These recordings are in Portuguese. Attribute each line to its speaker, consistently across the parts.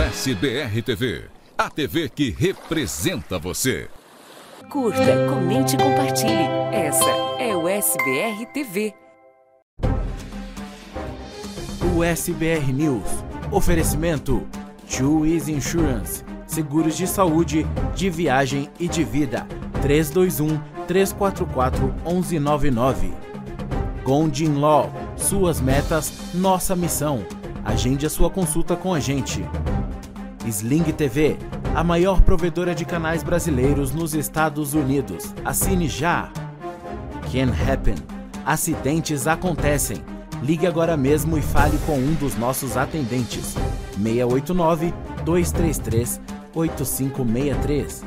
Speaker 1: USBR TV, a TV que representa você.
Speaker 2: Curta, comente e compartilhe. Essa é o USBR TV.
Speaker 3: USBR News. Oferecimento Two Easy Insurance. Seguros de saúde, de viagem e de vida. 321-344-1199. Gondin Law. Suas metas, nossa missão. Agende a sua consulta com a gente. Sling TV, a maior provedora de canais brasileiros nos Estados Unidos. Assine já. Can Happen. Acidentes acontecem. Ligue agora mesmo e fale com um dos nossos atendentes. 689-233-8563.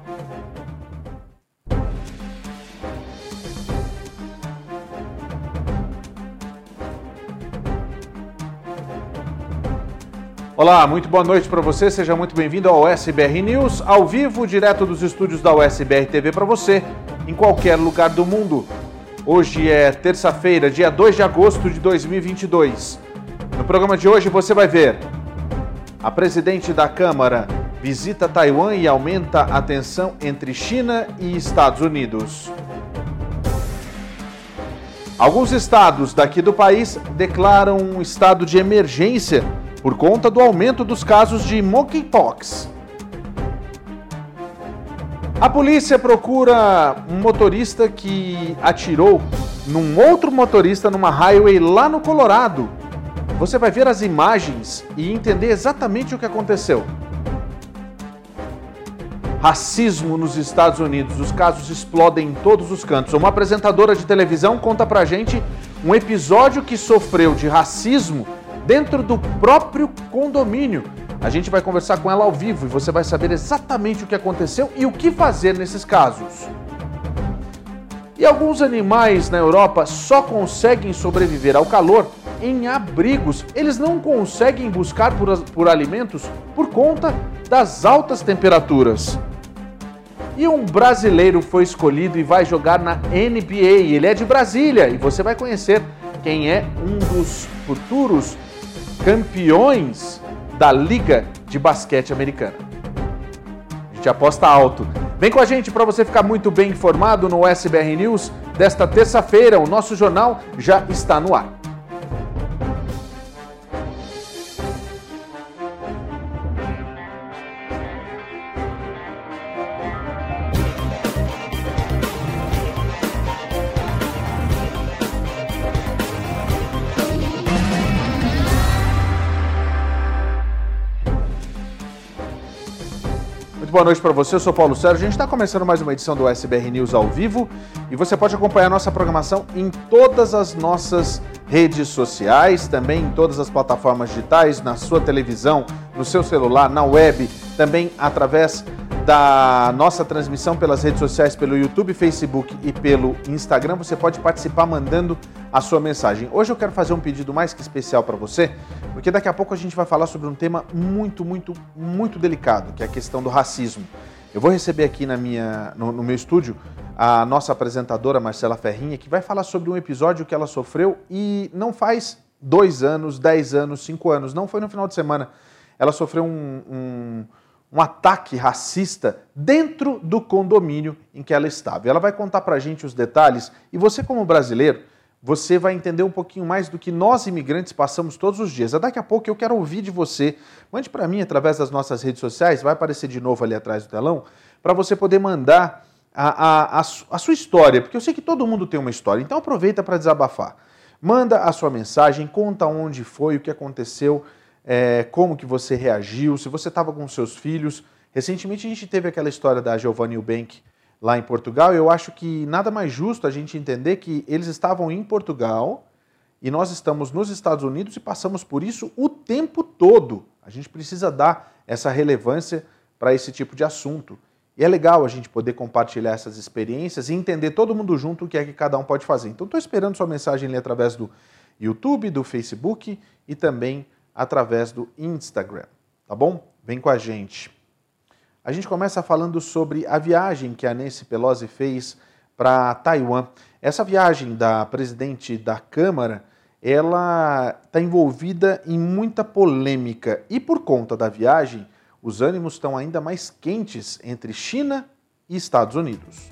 Speaker 4: Olá, muito boa noite para você, seja muito bem-vindo ao USBR News, ao vivo, direto dos estúdios da USBR TV para você, em qualquer lugar do mundo. Hoje é terça-feira, dia 2 de agosto de 2022. No programa de hoje você vai ver: a presidente da Câmara visita Taiwan e aumenta a tensão entre China e Estados Unidos. Alguns estados daqui do país declaram um estado de emergência por conta do aumento dos casos de monkeypox. A polícia procura um motorista que atirou num outro motorista numa highway lá no Colorado. Você vai ver as imagens e entender exatamente o que aconteceu. Racismo nos Estados Unidos. Os casos explodem em todos os cantos. Uma apresentadora de televisão conta pra gente um episódio que sofreu de racismo dentro do próprio condomínio. A gente vai conversar com ela ao vivo e você vai saber exatamente o que aconteceu e o que fazer nesses casos. E alguns animais na Europa só conseguem sobreviver ao calor em abrigos. Eles não conseguem buscar por alimentos por conta das altas temperaturas. E um brasileiro foi escolhido e vai jogar na NBA. Ele é de Brasília e você vai conhecer quem é um dos futuros campeões da Liga de Basquete Americana. A gente aposta alto. Vem com a gente para você ficar muito bem informado no USBR News desta terça-feira. O nosso jornal já está no ar. Boa noite para você, eu sou Paulo Sérgio. A gente está começando mais uma edição do USBR News ao vivo e você pode acompanhar a nossa programação em todas as nossas redes sociais, também em todas as plataformas digitais, na sua televisão, no seu celular, na web, também através da nossa transmissão pelas redes sociais, pelo YouTube, Facebook e pelo Instagram. Você pode participar mandando a sua mensagem. Hoje eu quero fazer um pedido mais que especial para você, porque daqui a pouco a gente vai falar sobre um tema muito delicado, que é a questão do racismo. Eu vou receber aqui no meu estúdio a nossa apresentadora Marcela Ferrinha, que vai falar sobre um episódio que ela sofreu e não faz 2 anos, 10 anos, 5 anos, não foi no final de semana. Ela sofreu um ataque racista dentro do condomínio em que ela estava. Ela vai contar pra gente os detalhes e você, como brasileiro, você vai entender um pouquinho mais do que nós imigrantes passamos todos os dias. Daqui a pouco eu quero ouvir de você. Mande para mim através das nossas redes sociais, vai aparecer de novo ali atrás do telão, para você poder mandar a sua história, porque eu sei que todo mundo tem uma história, então aproveita para desabafar. Manda a sua mensagem, conta onde foi, o que aconteceu, como que você reagiu, se você estava com seus filhos. Recentemente a gente teve aquela história da Giovanna Eubank lá em Portugal. Eu acho que nada mais justo a gente entender que eles estavam em Portugal e nós estamos nos Estados Unidos e passamos por isso o tempo todo. A gente precisa dar essa relevância para esse tipo de assunto. E é legal a gente poder compartilhar essas experiências e entender todo mundo junto o que é que cada um pode fazer. Então estou esperando sua mensagem ali através do YouTube, do Facebook e também através do Instagram, tá bom? Vem com a gente. A gente começa falando sobre a viagem que a Nancy Pelosi fez para Taiwan. Essa viagem da presidente da Câmara, ela está envolvida em muita polêmica e por conta da viagem, os ânimos estão ainda mais quentes entre China e Estados Unidos.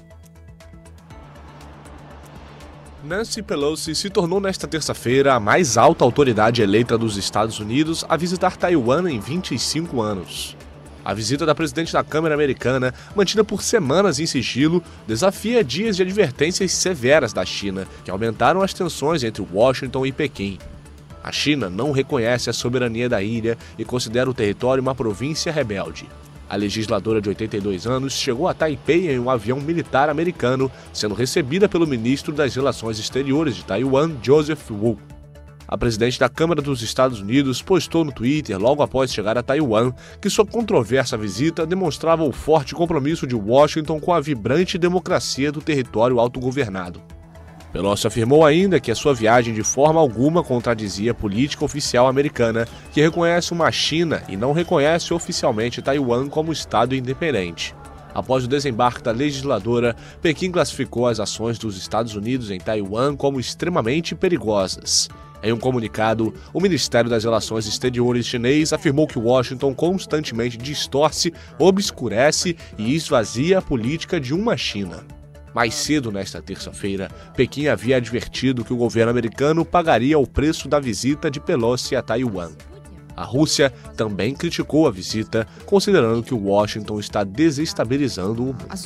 Speaker 5: Nancy Pelosi se tornou nesta terça-feira a mais alta autoridade eleita dos Estados Unidos a visitar Taiwan em 25 anos. A visita da presidente da Câmara Americana, mantida por semanas em sigilo, desafia dias de advertências severas da China, que aumentaram as tensões entre Washington e Pequim. A China não reconhece a soberania da ilha e considera o território uma província rebelde. A legisladora de 82 anos chegou a Taipei em um avião militar americano, sendo recebida pelo ministro das Relações Exteriores de Taiwan, Joseph Wu. A presidente da Câmara dos Estados Unidos postou no Twitter, logo após chegar a Taiwan, que sua controversa visita demonstrava o forte compromisso de Washington com a vibrante democracia do território autogovernado. Pelosi afirmou ainda que a sua viagem de forma alguma contradizia a política oficial americana, que reconhece uma China e não reconhece oficialmente Taiwan como Estado independente. Após o desembarque da legisladora, Pequim classificou as ações dos Estados Unidos em Taiwan como extremamente perigosas. Em um comunicado, o Ministério das Relações Exteriores chinês afirmou que Washington constantemente distorce, obscurece e esvazia a política de uma China. Mais cedo nesta terça-feira, Pequim havia advertido que o governo americano pagaria o preço da visita de Pelosi a Taiwan. A Rússia também criticou a visita, considerando que Washington está desestabilizando o mundo.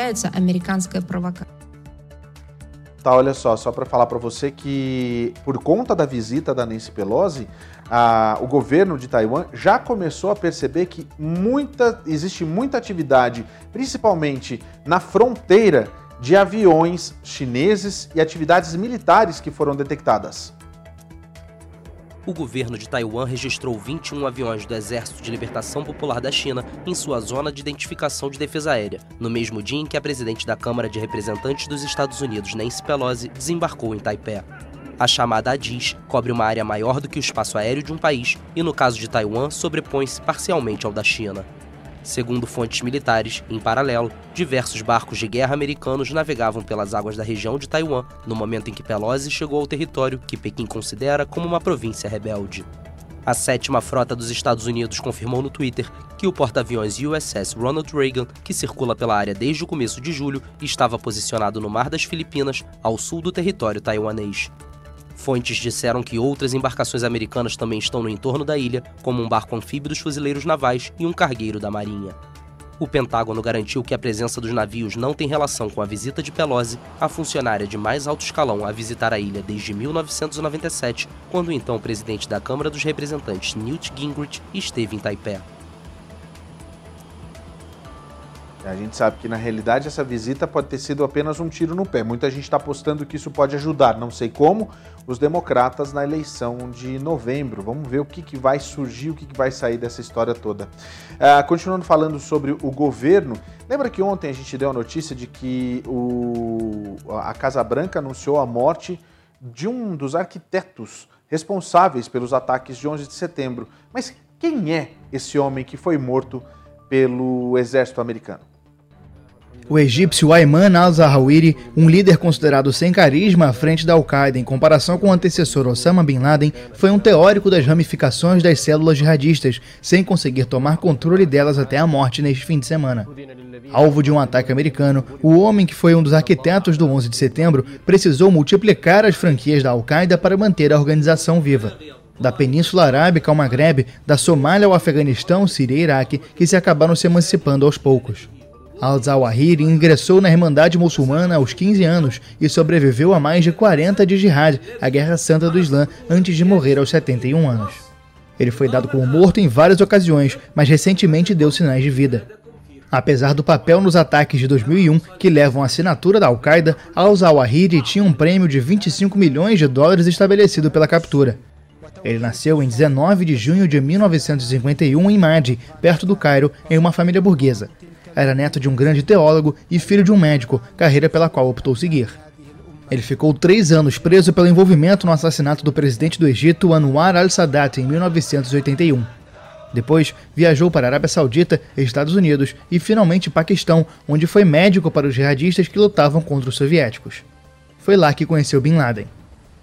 Speaker 4: Tá, olha só para falar para você que por conta da visita da Nancy Pelosi, o governo de Taiwan já começou a perceber que existe muita atividade, principalmente na fronteira, de aviões chineses e atividades militares que foram detectadas.
Speaker 6: O governo de Taiwan registrou 21 aviões do Exército de Libertação Popular da China em sua zona de identificação de defesa aérea, no mesmo dia em que a presidente da Câmara de Representantes dos Estados Unidos, Nancy Pelosi, desembarcou em Taipei. A chamada ADIS cobre uma área maior do que o espaço aéreo de um país e, no caso de Taiwan, sobrepõe-se parcialmente ao da China. Segundo fontes militares, em paralelo, diversos barcos de guerra americanos navegavam pelas águas da região de Taiwan no momento em que Pelosi chegou ao território que Pequim considera como uma província rebelde. A 7ª Frota dos Estados Unidos confirmou no Twitter que o porta-aviões USS Ronald Reagan, que circula pela área desde o começo de julho, estava posicionado no Mar das Filipinas, ao sul do território taiwanês. Fontes disseram que outras embarcações americanas também estão no entorno da ilha, como um barco anfíbio dos fuzileiros navais e um cargueiro da Marinha. O Pentágono garantiu que a presença dos navios não tem relação com a visita de Pelosi, a funcionária de mais alto escalão a visitar a ilha desde 1997, quando o então presidente da Câmara dos Representantes, Newt Gingrich, esteve em Taipei.
Speaker 4: A gente sabe que, na realidade, essa visita pode ter sido apenas um tiro no pé. Muita gente está apostando que isso pode ajudar, não sei como, os democratas na eleição de novembro. Vamos ver o que vai surgir, o que vai sair dessa história toda. Continuando falando sobre o governo, lembra que ontem a gente deu a notícia de que a Casa Branca anunciou a morte de um dos arquitetos responsáveis pelos ataques de 11 de setembro. Mas quem é esse homem que foi morto pelo exército americano?
Speaker 7: O egípcio Ayman al-Zawahiri, um líder considerado sem carisma à frente da Al-Qaeda em comparação com o antecessor Osama Bin Laden, foi um teórico das ramificações das células jihadistas, sem conseguir tomar controle delas até a morte neste fim de semana. Alvo de um ataque americano, o homem que foi um dos arquitetos do 11 de setembro precisou multiplicar as franquias da Al-Qaeda para manter a organização viva. Da Península Arábica ao Magrebe, da Somália ao Afeganistão, Síria e Iraque, que se acabaram se emancipando aos poucos. Al-Zawahiri ingressou na Irmandade Muçulmana aos 15 anos e sobreviveu a mais de 40 de Jihad, a Guerra Santa do Islã, antes de morrer aos 71 anos. Ele foi dado como morto em várias ocasiões, mas recentemente deu sinais de vida. Apesar do papel nos ataques de 2001, que levam a assinatura da Al-Qaeda, Al-Zawahiri tinha um prêmio de 25 milhões de dólares estabelecido pela captura. Ele nasceu em 19 de junho de 1951 em Madi, perto do Cairo, em uma família burguesa. Era neto de um grande teólogo e filho de um médico, carreira pela qual optou seguir. Ele ficou 3 anos preso pelo envolvimento no assassinato do presidente do Egito, Anwar al-Sadat, em 1981. Depois, viajou para a Arábia Saudita, Estados Unidos e finalmente Paquistão, onde foi médico para os jihadistas que lutavam contra os soviéticos. Foi lá que conheceu Bin Laden.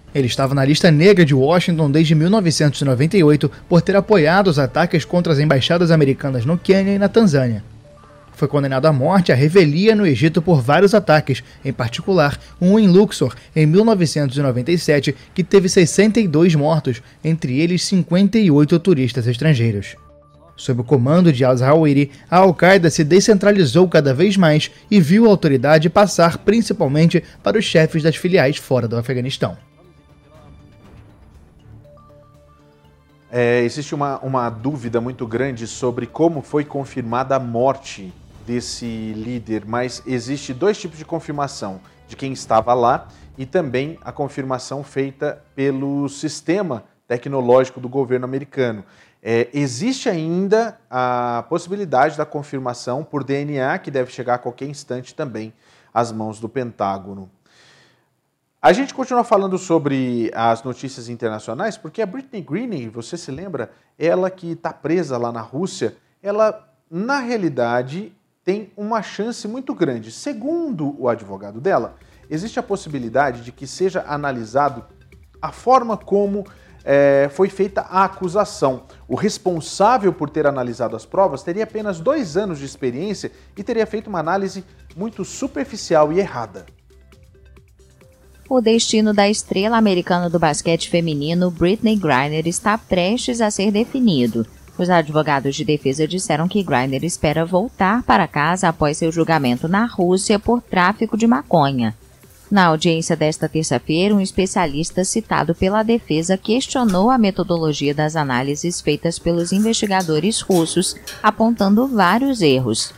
Speaker 7: Ele estava na lista negra de Washington desde 1998 por ter apoiado os ataques contra as embaixadas americanas no Quênia e na Tanzânia. Foi condenado à morte à revelia no Egito por vários ataques, em particular um em Luxor, em 1997, que teve 62 mortos, entre eles 58 turistas estrangeiros. Sob o comando de al-Zawahiri, a Al-Qaeda se descentralizou cada vez mais e viu a autoridade passar principalmente para os chefes das filiais fora do Afeganistão.
Speaker 4: Existe uma dúvida muito grande sobre como foi confirmada a morte desse líder, mas existe dois tipos de confirmação, de quem estava lá e também a confirmação feita pelo sistema tecnológico do governo americano. Existe ainda a possibilidade da confirmação por DNA, que deve chegar a qualquer instante também às mãos do Pentágono. A gente continua falando sobre as notícias internacionais, porque a Brittney Griner, você se lembra, ela que está presa lá na Rússia, ela, na realidade, tem uma chance muito grande. Segundo o advogado dela, existe a possibilidade de que seja analisado a forma como foi feita a acusação. O responsável por ter analisado as provas teria apenas 2 anos de experiência e teria feito uma análise muito superficial e errada.
Speaker 8: O destino da estrela americana do basquete feminino, Brittney Griner, está prestes a ser definido. Os advogados de defesa disseram que Griner espera voltar para casa após seu julgamento na Rússia por tráfico de maconha. Na audiência desta terça-feira, um especialista citado pela defesa questionou a metodologia das análises feitas pelos investigadores russos, apontando vários erros.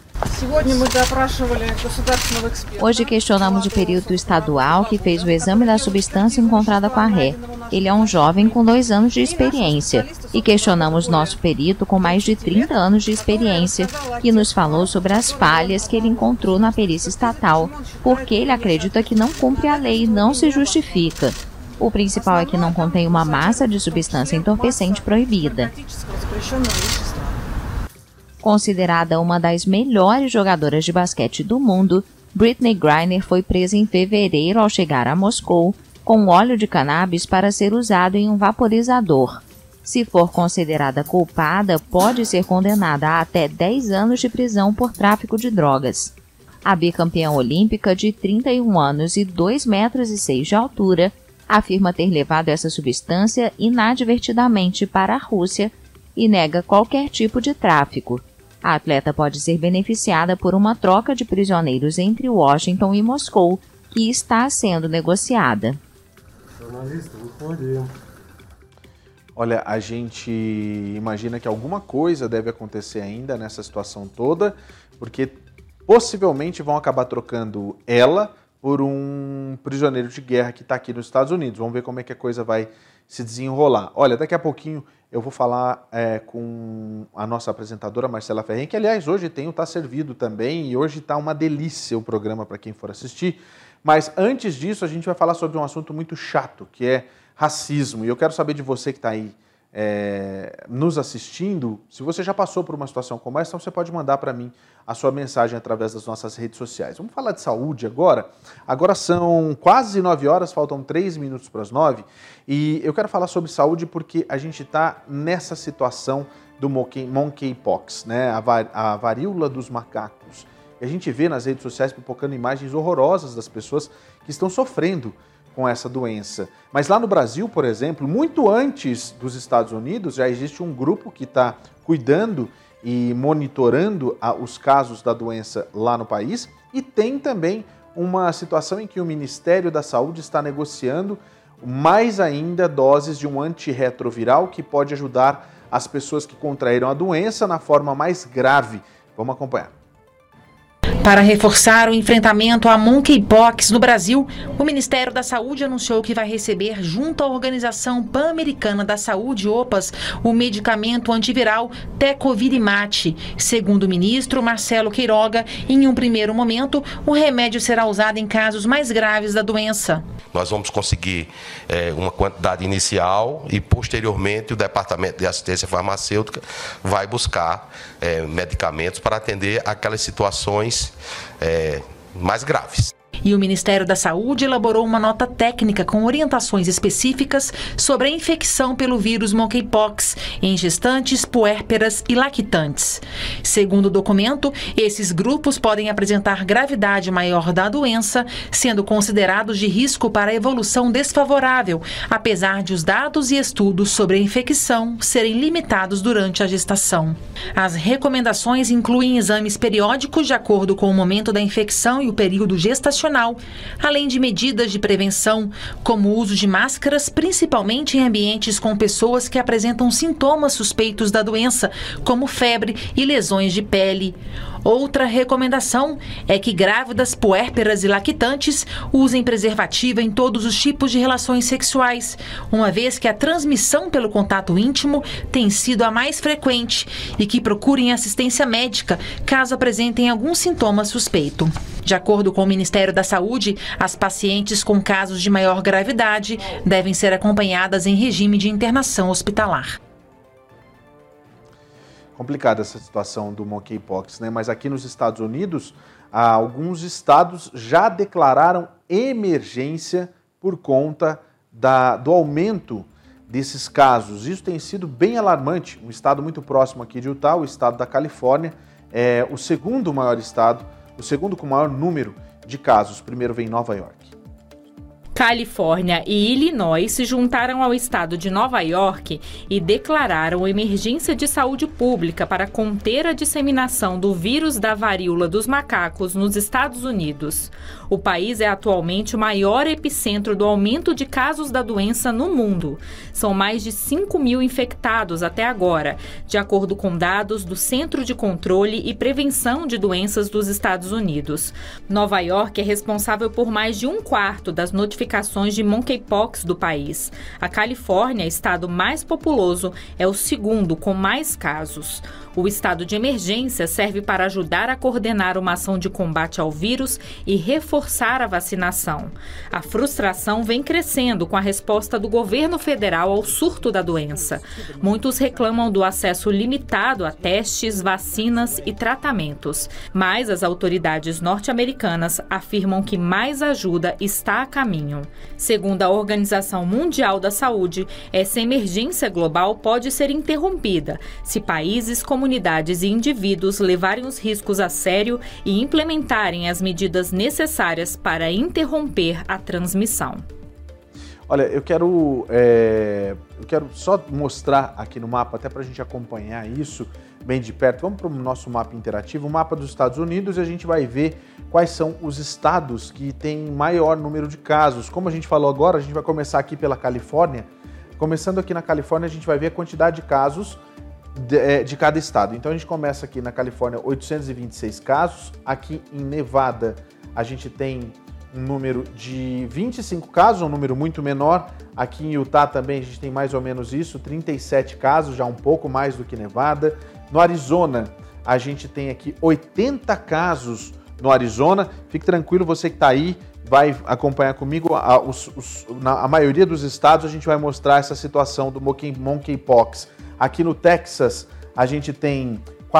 Speaker 8: Hoje questionamos o perito estadual que fez o exame da substância encontrada com a ré. Ele é um jovem com 2 anos de experiência. E questionamos nosso perito com mais de 30 anos de experiência, que nos falou sobre as falhas que ele encontrou na perícia estatal, porque ele acredita que não cumpre a lei e não se justifica. O principal é que não contém uma massa de substância entorpecente proibida. Considerada uma das melhores jogadoras de basquete do mundo, Brittney Griner foi presa em fevereiro ao chegar a Moscou com óleo de cannabis para ser usado em um vaporizador. Se for considerada culpada, pode ser condenada a até 10 anos de prisão por tráfico de drogas. A bicampeã olímpica de 31 anos e 2,6 metros de altura afirma ter levado essa substância inadvertidamente para a Rússia e nega qualquer tipo de tráfico. A atleta pode ser beneficiada por uma troca de prisioneiros entre Washington e Moscou, que está sendo negociada.
Speaker 4: Olha, a gente imagina que alguma coisa deve acontecer ainda nessa situação toda, porque possivelmente vão acabar trocando ela por um prisioneiro de guerra que está aqui nos Estados Unidos. Vamos ver como é que a coisa vai se desenrolar. Olha, daqui a pouquinho eu vou falar com a nossa apresentadora Marcela Ferren, que aliás hoje tem o Tá Servido também, e hoje está uma delícia o programa para quem for assistir. Mas antes disso a gente vai falar sobre um assunto muito chato, que é racismo. E eu quero saber de você que está aí nos assistindo, se você já passou por uma situação como essa, então você pode mandar para mim a sua mensagem através das nossas redes sociais. Vamos falar de saúde agora. Agora são quase 9 horas, faltam 3 minutos para as 9, e eu quero falar sobre saúde porque a gente está nessa situação do monkeypox, né? A varíola dos macacos. E a gente vê nas redes sociais pipocando imagens horrorosas das pessoas que estão sofrendo com essa doença. Mas lá no Brasil, por exemplo, muito antes dos Estados Unidos, já existe um grupo que está cuidando e monitorando os casos da doença lá no país, e tem também uma situação em que o Ministério da Saúde está negociando mais ainda doses de um antirretroviral que pode ajudar as pessoas que contraíram a doença na forma mais grave. Vamos acompanhar.
Speaker 9: Para reforçar o enfrentamento à monkeypox no Brasil, o Ministério da Saúde anunciou que vai receber, junto à Organização Pan-Americana da Saúde, OPAS, o medicamento antiviral Tecovirimat. Segundo o ministro Marcelo Queiroga, em um primeiro momento, o remédio será usado em casos mais graves da doença.
Speaker 10: Nós vamos conseguir uma quantidade inicial e, posteriormente, o Departamento de Assistência Farmacêutica vai buscar medicamentos para atender aquelas situações mais graves.
Speaker 9: e o Ministério da Saúde elaborou uma nota técnica com orientações específicas sobre a infecção pelo vírus monkeypox em gestantes, puérperas e lactantes. Segundo o documento, esses grupos podem apresentar gravidade maior da doença, sendo considerados de risco para a evolução desfavorável, apesar de os dados e estudos sobre a infecção serem limitados durante a gestação. As recomendações incluem exames periódicos de acordo com o momento da infecção e o período gestacional, além de medidas de prevenção, como o uso de máscaras, principalmente em ambientes com pessoas que apresentam sintomas suspeitos da doença, como febre e lesões de pele. Outra recomendação é que grávidas, puérperas e lactantes usem preservativa em todos os tipos de relações sexuais, uma vez que a transmissão pelo contato íntimo tem sido a mais frequente, e que procurem assistência médica caso apresentem algum sintoma suspeito. De acordo com o Ministério da Saúde, as pacientes com casos de maior gravidade devem ser acompanhadas em regime de internação hospitalar.
Speaker 4: Complicada essa situação do monkeypox, né? Mas aqui nos Estados Unidos, alguns estados já declararam emergência por conta do aumento desses casos. Isso tem sido bem alarmante. Um estado muito próximo aqui de Utah, o estado da Califórnia, é o segundo maior estado, o segundo com maior número de casos. Primeiro vem Nova York.
Speaker 11: Califórnia e Illinois se juntaram ao estado de Nova York e declararam emergência de saúde pública para conter a disseminação do vírus da varíola dos macacos nos Estados Unidos. O país é atualmente o maior epicentro do aumento de casos da doença no mundo. São mais de 5 mil infectados até agora, de acordo com dados do Centro de Controle e Prevenção de Doenças dos Estados Unidos. Nova York é responsável por mais de 1/4 das notificações de monkeypox do país. A Califórnia, estado mais populoso, é o segundo com mais casos. O estado de emergência serve para ajudar a coordenar uma ação de combate ao vírus e reforçar a vacinação. A frustração vem crescendo com a resposta do governo federal ao surto da doença. Muitos reclamam do acesso limitado a testes, vacinas e tratamentos, mas as autoridades norte-americanas afirmam que mais ajuda está a caminho. Segundo a Organização Mundial da Saúde, essa emergência global pode ser interrompida se países, comunidades e indivíduos levarem os riscos a sério e implementarem as medidas necessárias para interromper a transmissão.
Speaker 4: Olha, eu quero só mostrar aqui no mapa, até para a gente acompanhar isso bem de perto. Vamos para o nosso mapa interativo, o mapa dos Estados Unidos, e a gente vai ver quais são os estados que têm maior número de casos. Como a gente falou agora, a gente vai começar aqui pela Califórnia. Começando aqui na Califórnia, a gente vai ver a quantidade de casos de cada estado. Então a gente começa aqui na Califórnia, 826 casos. Aqui em Nevada, a gente tem um número de 25 casos, um número muito menor. Aqui em Utah também a gente tem mais ou menos isso, 37 casos, já um pouco mais do que Nevada. No Arizona, a gente tem aqui 80 casos no Arizona. Fique tranquilo, você que está aí, vai acompanhar comigo. Na maioria dos estados a gente vai mostrar essa situação do monkeypox. Aqui no Texas, a gente tem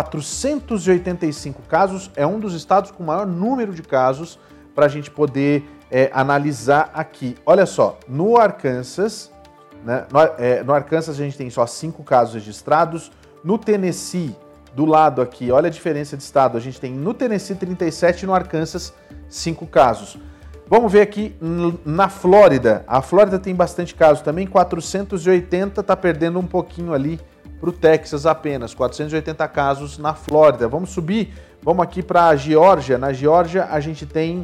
Speaker 4: 485 casos, é um dos estados com maior número de casos para a gente poder analisar aqui. Olha só, no Arkansas, né, no Arkansas a gente tem só 5 casos registrados. No Tennessee, do lado aqui, olha a diferença de estado, a gente tem no Tennessee 37 e no Arkansas 5 casos. Vamos ver aqui na Flórida. A Flórida tem bastante casos também, 480, está perdendo um pouquinho ali para o Texas apenas, 480 casos na Flórida. Vamos subir, vamos aqui para a Geórgia. Na Geórgia a gente tem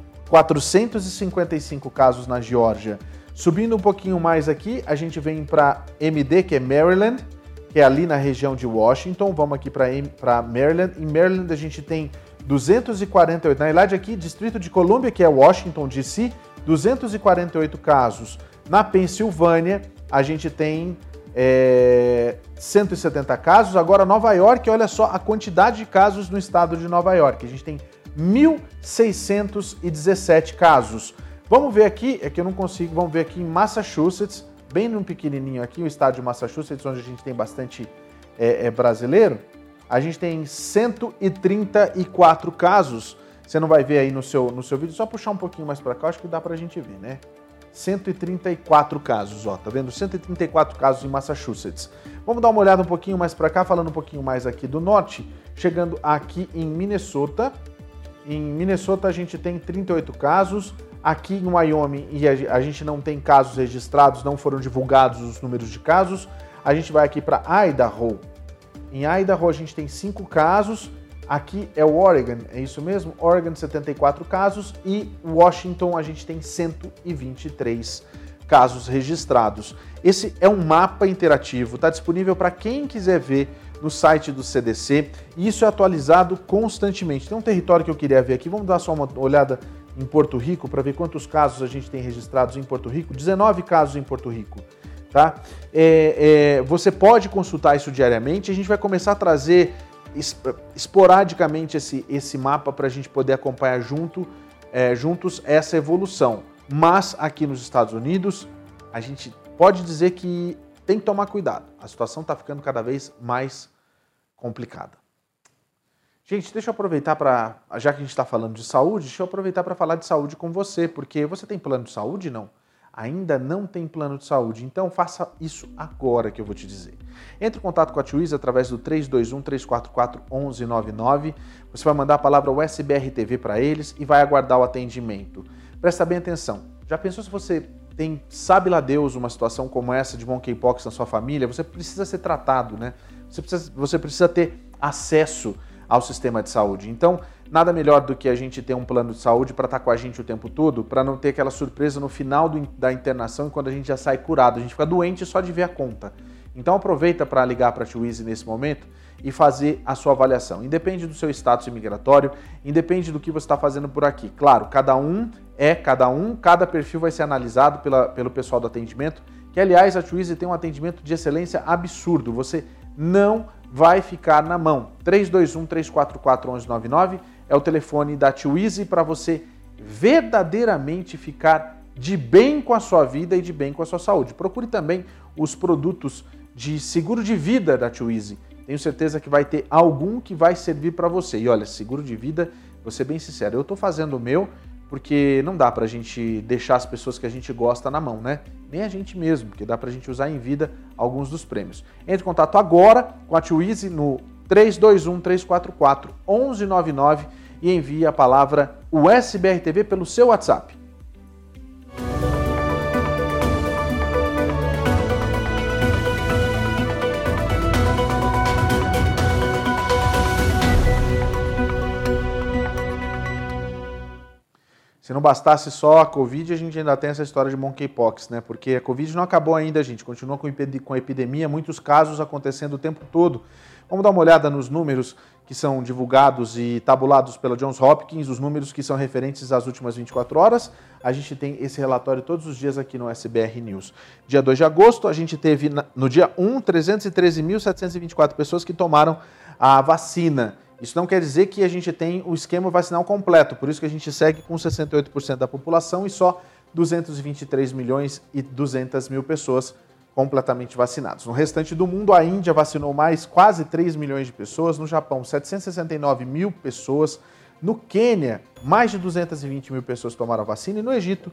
Speaker 4: 455 casos na Geórgia. Subindo um pouquinho mais aqui, a gente vem para MD, que é Maryland, que é ali na região de Washington. Vamos aqui para Maryland. Em Maryland a gente tem 248, na verdade aqui, Distrito de Colômbia, que é Washington, D.C., 248 casos. Na Pensilvânia, a gente tem 170 casos. Agora, Nova York, olha só a quantidade de casos no estado de Nova York. A gente tem 1.617 casos. Vamos ver aqui, é que eu não consigo, vamos ver aqui em Massachusetts, bem no pequenininho aqui, o estado de Massachusetts, onde a gente tem bastante brasileiro. A gente tem 134 casos Você não vai ver aí no seu vídeo, só puxar um pouquinho mais para cá, acho que dá pra gente ver, né? 134 casos, ó, tá vendo? 134 casos em Massachusetts. Vamos dar uma olhada um pouquinho mais para cá, falando um pouquinho mais aqui do norte, chegando aqui em Minnesota. Em Minnesota a gente tem 38 casos, aqui em Wyoming a gente não tem casos registrados, não foram divulgados os números de casos. A gente vai aqui para Idaho. Em Idaho a gente tem 5 casos, aqui é o Oregon, é isso mesmo? Oregon 74 casos e Washington a gente tem 123 casos registrados. Esse é um mapa interativo, está disponível para quem quiser ver no site do CDC e isso é atualizado constantemente. Tem um território que eu queria ver aqui, vamos dar só uma olhada em Porto Rico para ver quantos casos a gente tem registrados em Porto Rico. 19 casos em Porto Rico. Tá? Você pode consultar isso diariamente, a gente vai começar a trazer esporadicamente esse mapa para a gente poder acompanhar juntos essa evolução. Mas aqui nos Estados Unidos, a gente pode dizer que tem que tomar cuidado. A situação está ficando cada vez mais complicada. Gente, deixa eu aproveitar já que a gente está falando de saúde, deixa eu aproveitar para falar de saúde com você, porque você tem plano de saúde? Não. Ainda não tem plano de saúde, então faça isso agora que eu vou te dizer. Entre em contato com a Twizy através do 321-344-1199, você vai mandar a palavra USBR TV para eles e vai aguardar o atendimento. Presta bem atenção, já pensou se você tem, sabe lá Deus, uma situação como essa de monkeypox na sua família? Você precisa ser tratado, né? Você precisa ter acesso ao sistema de saúde. Então, nada melhor do que a gente ter um plano de saúde para estar com a gente o tempo todo, para não ter aquela surpresa no final da internação e quando a gente já sai curado. A gente fica doente só de ver a conta. Então, aproveita para ligar para a Twizy nesse momento e fazer a sua avaliação. Independe do seu status imigratório, independe do que você está fazendo por aqui. Claro, cada perfil vai ser analisado pelo pessoal do atendimento, que, aliás, a Twizy tem um atendimento de excelência absurdo. Você não vai ficar na mão. 321-344-1199 é o telefone da Twizy para você verdadeiramente ficar de bem com a sua vida e de bem com a sua saúde. Procure também os produtos de seguro de vida da Twizy. Tenho certeza que vai ter algum que vai servir para você. E olha, seguro de vida, vou ser bem sincero, eu estou fazendo o meu porque não dá pra gente deixar as pessoas que a gente gosta na mão, né? Nem a gente mesmo, porque dá pra gente usar em vida alguns dos prêmios. Entre em contato agora com a Twizy no 321-344-1199 e envie a palavra USBR TV pelo seu WhatsApp. Se não bastasse só a Covid, a gente ainda tem essa história de monkeypox, né? Porque a Covid não acabou ainda, gente. Continua com a epidemia, muitos casos acontecendo o tempo todo. Vamos dar uma olhada nos números que são divulgados e tabulados pela Johns Hopkins, os números que são referentes às últimas 24 horas. A gente tem esse relatório todos os dias aqui no SBR News. Dia 2 de agosto, a gente teve, no dia 1, 313.724 pessoas que tomaram a vacina. Isso não quer dizer que a gente tem o esquema vacinal completo, por isso que a gente segue com 68% da população e só 223 milhões e 200 mil pessoas completamente vacinadas. No restante do mundo, a Índia vacinou mais quase 3 milhões de pessoas, no Japão 769 mil pessoas, no Quênia mais de 220 mil pessoas tomaram a vacina e no Egito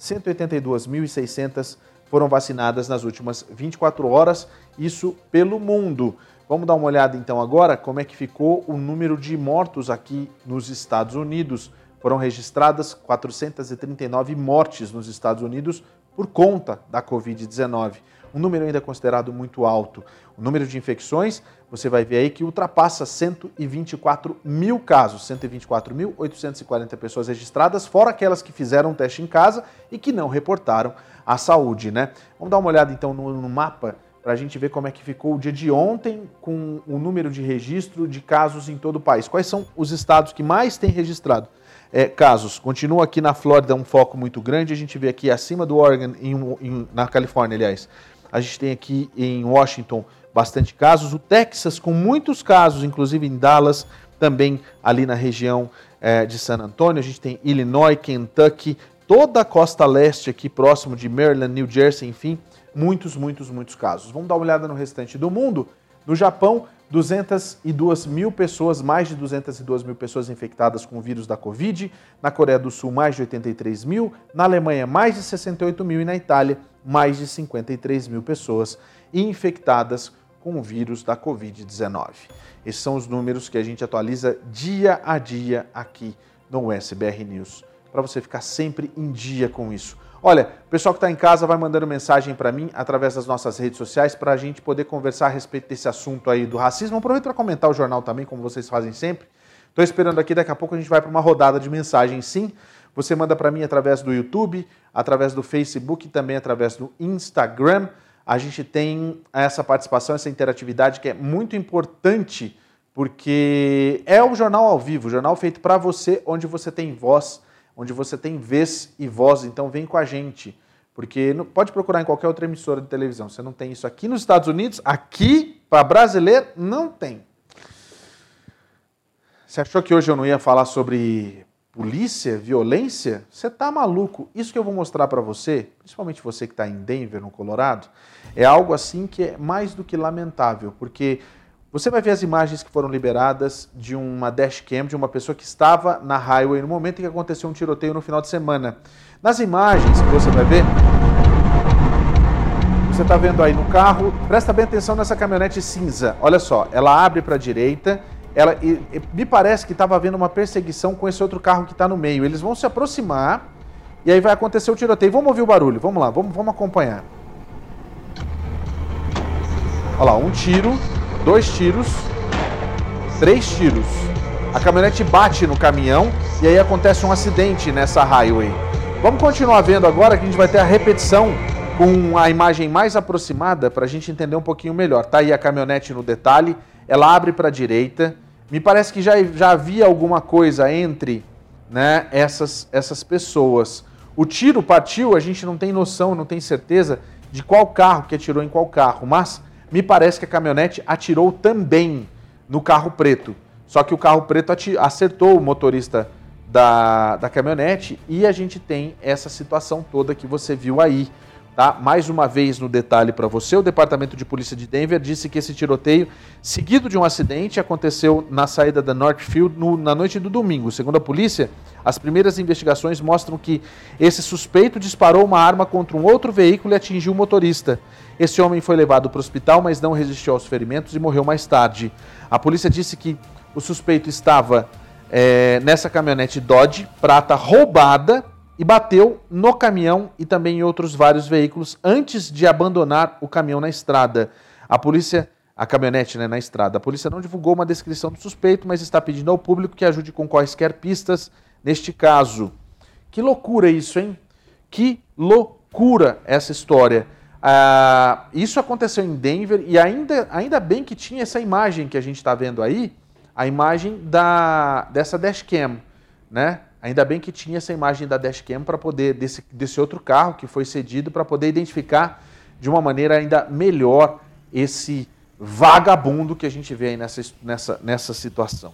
Speaker 4: 182.600 foram vacinadas nas últimas 24 horas, isso pelo mundo. Vamos dar uma olhada então agora como é que ficou o número de mortos aqui nos Estados Unidos. Foram registradas 439 mortes nos Estados Unidos por conta da Covid-19. Um número ainda considerado muito alto. O número de infecções, você vai ver aí que ultrapassa 124 mil casos, 124.840 pessoas registradas, fora aquelas que fizeram o teste em casa e que não reportaram à saúde, né? Vamos dar uma olhada então no mapa para a gente ver como é que ficou o dia de ontem com o número de registro de casos em todo o país. Quais são os estados que mais têm registrado casos? Continua aqui na Flórida um foco muito grande, a gente vê aqui acima do Oregon, na Califórnia, aliás. A gente tem aqui em Washington bastante casos, o Texas com muitos casos, inclusive em Dallas, também ali na região de San Antonio. A gente tem Illinois, Kentucky, toda a costa leste aqui próximo de Maryland, New Jersey, enfim, muitos casos. Vamos dar uma olhada no restante do mundo. No Japão, 202 mil pessoas, mais de 202 mil pessoas infectadas com o vírus da Covid. Na Coreia do Sul, mais de 83 mil. Na Alemanha, mais de 68 mil. E na Itália, mais de 53 mil pessoas infectadas com o vírus da Covid-19. Esses são os números que a gente atualiza dia a dia aqui no SBR News, para você ficar sempre em dia com isso. Olha, o pessoal que está em casa vai mandando mensagem para mim através das nossas redes sociais para a gente poder conversar a respeito desse assunto aí do racismo. Aproveito para comentar o jornal também, como vocês fazem sempre. Estou esperando aqui, daqui a pouco a gente vai para uma rodada de mensagens, sim. Você manda para mim através do YouTube, através do Facebook e também através do Instagram. A gente tem essa participação, essa interatividade que é muito importante, porque é um jornal ao vivo, jornal feito para você, onde você tem voz, onde você tem vez e voz. Então vem com a gente, porque pode procurar em qualquer outra emissora de televisão. Você não tem isso aqui nos Estados Unidos, aqui, para brasileiro, não tem. Você achou que hoje eu não ia falar sobre polícia, violência? Você tá maluco? Isso que eu vou mostrar para você, principalmente você que está em Denver, no Colorado, é algo assim que é mais do que lamentável, porque você vai ver as imagens que foram liberadas de uma dashcam, de uma pessoa que estava na highway no momento em que aconteceu um tiroteio no final de semana. Nas imagens que você vai ver, você está vendo aí no carro, presta bem atenção nessa caminhonete cinza. Olha só, ela abre para a direita, me parece que estava havendo uma perseguição com esse outro carro que está no meio. Eles vão se aproximar e aí vai acontecer o tiroteio. Vamos ouvir o barulho, vamos lá, vamos acompanhar. Olha lá, um tiro, 2 tiros, 3 tiros. A caminhonete bate no caminhão e aí acontece um acidente nessa highway. Vamos continuar vendo agora que a gente vai ter a repetição com a imagem mais aproximada para a gente entender um pouquinho melhor. Tá aí a caminhonete no detalhe, ela abre para a direita. Me parece que já havia alguma coisa entre, né, essas pessoas. O tiro partiu, a gente não tem noção, não tem certeza de qual carro que atirou em qual carro, mas me parece que a caminhonete atirou também no carro preto. Só que o carro preto acertou o motorista da caminhonete e a gente tem essa situação toda que você viu aí. Tá? Mais uma vez no detalhe para você, o Departamento de Polícia de Denver disse que esse tiroteio, seguido de um acidente, aconteceu na saída da Northfield na noite do domingo. Segundo a polícia, as primeiras investigações mostram que esse suspeito disparou uma arma contra um outro veículo e atingiu o motorista. Esse homem foi levado para o hospital, mas não resistiu aos ferimentos e morreu mais tarde. A polícia disse que o suspeito estava nessa caminhonete Dodge prata roubada e bateu no caminhão e também em outros vários veículos antes de abandonar o caminhão na estrada. A caminhonete, né, na estrada. A polícia não divulgou uma descrição do suspeito, mas está pedindo ao público que ajude com quaisquer pistas neste caso. Que loucura isso, hein? Que loucura essa história. Isso aconteceu em Denver e ainda bem que tinha essa imagem que a gente está vendo aí, a imagem dessa dashcam, né? Ainda bem que tinha essa imagem da dashcam para poder, desse outro carro que foi cedido, para poder identificar de uma maneira ainda melhor esse vagabundo que a gente vê aí nessa situação.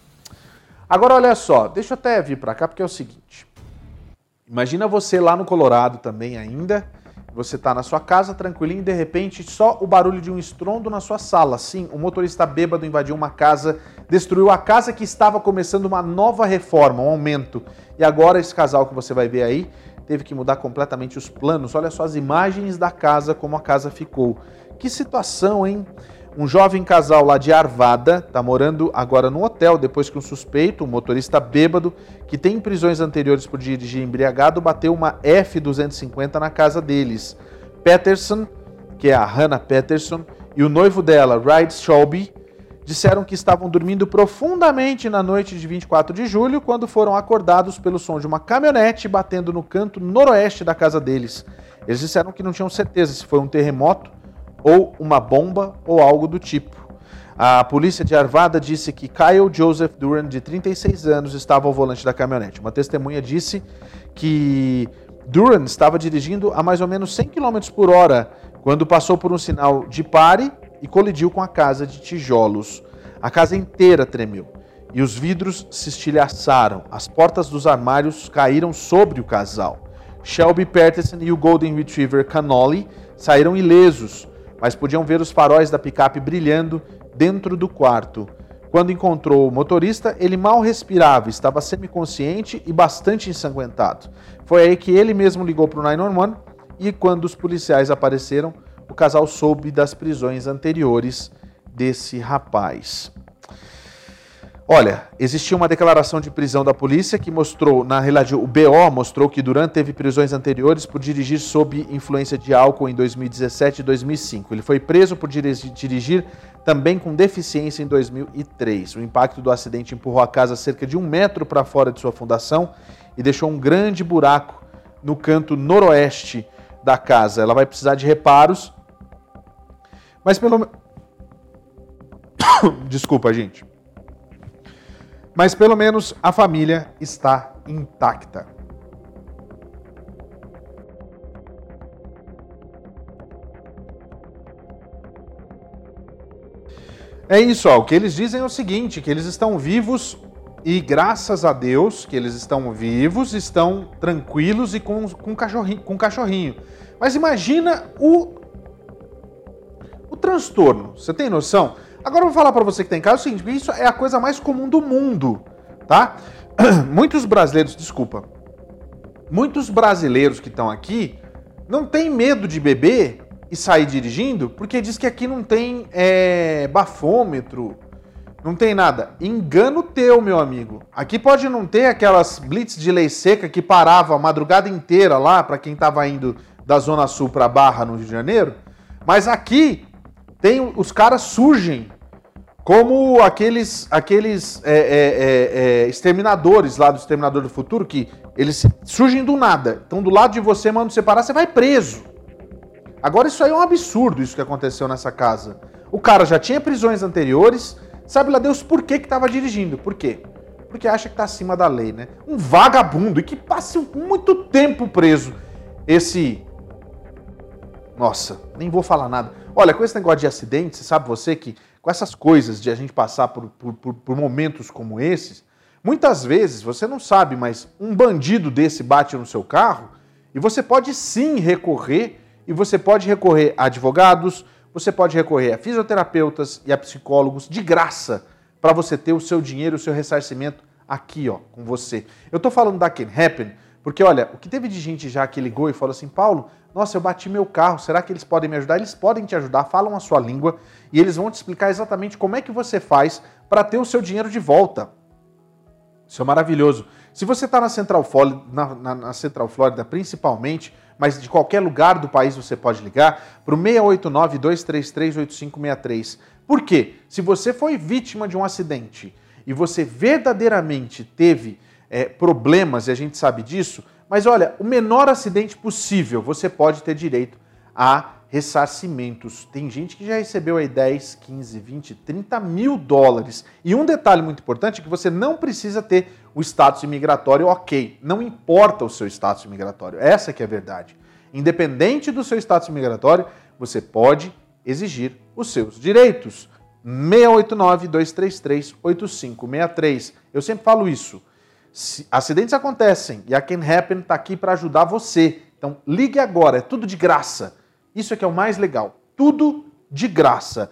Speaker 4: Agora olha só, deixa eu até vir para cá porque é o seguinte, imagina você lá no Colorado também ainda, você está na sua casa tranquilinho e de repente só o barulho de um estrondo na sua sala. Sim, um motorista bêbado invadiu uma casa, destruiu a casa que estava começando uma nova reforma, um aumento. E agora esse casal que você vai ver aí teve que mudar completamente os planos. Olha só as imagens da casa, como a casa ficou. Que situação, hein? Um jovem casal lá de Arvada está morando agora no hotel depois que um suspeito, um motorista bêbado, que tem prisões anteriores por dirigir embriagado, bateu uma F-250 na casa deles. Peterson, que é a Hannah Peterson, e o noivo dela, Ryan Shelby, disseram que estavam dormindo profundamente na noite de 24 de julho quando foram acordados pelo som de uma caminhonete batendo no canto noroeste da casa deles. Eles disseram que não tinham certeza se foi um terremoto ou uma bomba ou algo do tipo. A polícia de Arvada disse que Kyle Joseph Duran, de 36 anos, estava ao volante da caminhonete. Uma testemunha disse que Duran estava dirigindo a mais ou menos 100 km por hora quando passou por um sinal de pare e colidiu com a casa de tijolos. A casa inteira tremeu e os vidros se estilhaçaram. As portas dos armários caíram sobre o casal. Shelby Peterson e o Golden Retriever Cannoli saíram ilesos, mas podiam ver os faróis da picape brilhando dentro do quarto. Quando encontrou o motorista, ele mal respirava, estava semiconsciente e bastante ensanguentado. Foi aí que ele mesmo ligou para o 911 e quando os policiais apareceram, o casal soube das prisões anteriores desse rapaz. Olha, existia uma declaração de prisão da polícia que mostrou, na realidade o BO mostrou que Duran teve prisões anteriores por dirigir sob influência de álcool em 2017 e 2005. Ele foi preso por dirigir também com deficiência em 2003. O impacto do acidente empurrou a casa cerca de 1 metro para fora de sua fundação e deixou um grande buraco no canto noroeste da casa. Ela vai precisar de reparos, mas pelo... Desculpa, gente. Mas pelo menos a família está intacta. É isso, ó. O que eles dizem é o seguinte, que eles estão vivos e graças a Deus que eles estão vivos, estão tranquilos e com cachorrinho. Mas imagina o transtorno, você tem noção? Agora eu vou falar para você que tem casa o seguinte, isso é a coisa mais comum do mundo, tá? Muitos brasileiros que estão aqui não têm medo de beber e sair dirigindo, porque diz que aqui não tem bafômetro, não tem nada. Engano teu, meu amigo. Aqui pode não ter aquelas blitz de lei seca que parava a madrugada inteira lá, para quem estava indo da Zona Sul para Barra, no Rio de Janeiro, mas aqui tem os caras surgem como aqueles exterminadores lá do Exterminador do Futuro, que eles surgem do nada, estão do lado de você, mandam você parar, você vai preso. Agora isso aí é um absurdo, isso que aconteceu nessa casa. O cara já tinha prisões anteriores, sabe lá Deus por que estava dirigindo. Por quê? Porque acha que está acima da lei, né? Um vagabundo e que passe muito tempo preso. Nossa, nem vou falar nada. Olha, com esse negócio de acidente, você sabe você que com essas coisas de a gente passar por momentos como esses, muitas vezes, você não sabe, mas um bandido desse bate no seu carro e você pode sim recorrer, e você pode recorrer a advogados, você pode recorrer a fisioterapeutas e a psicólogos de graça para você ter o seu dinheiro, o seu ressarcimento aqui, ó, com você. Eu tô falando da Can Happen porque, olha, o que teve de gente já que ligou e falou assim, Paulo, nossa, eu bati meu carro, será que eles podem me ajudar? Eles podem te ajudar, falam a sua língua e eles vão te explicar exatamente como é que você faz para ter o seu dinheiro de volta. Isso é maravilhoso. Se você está na Central Flórida, principalmente, mas de qualquer lugar do país você pode ligar para o 689-233-8563. Por quê? Se você foi vítima de um acidente e você verdadeiramente teve problemas, e a gente sabe disso, mas olha, o menor acidente possível, você pode ter direito a ressarcimentos. Tem gente que já recebeu aí 10, 15, 20, 30 mil dólares. E um detalhe muito importante é que você não precisa ter o status imigratório ok. Não importa o seu status imigratório. Essa que é a verdade. Independente do seu status imigratório, você pode exigir os seus direitos. 689-233-8563. Eu sempre falo isso. Se acidentes acontecem e a Can Happen está aqui para ajudar você. Então ligue agora, é tudo de graça. Isso é que é o mais legal. Tudo de graça.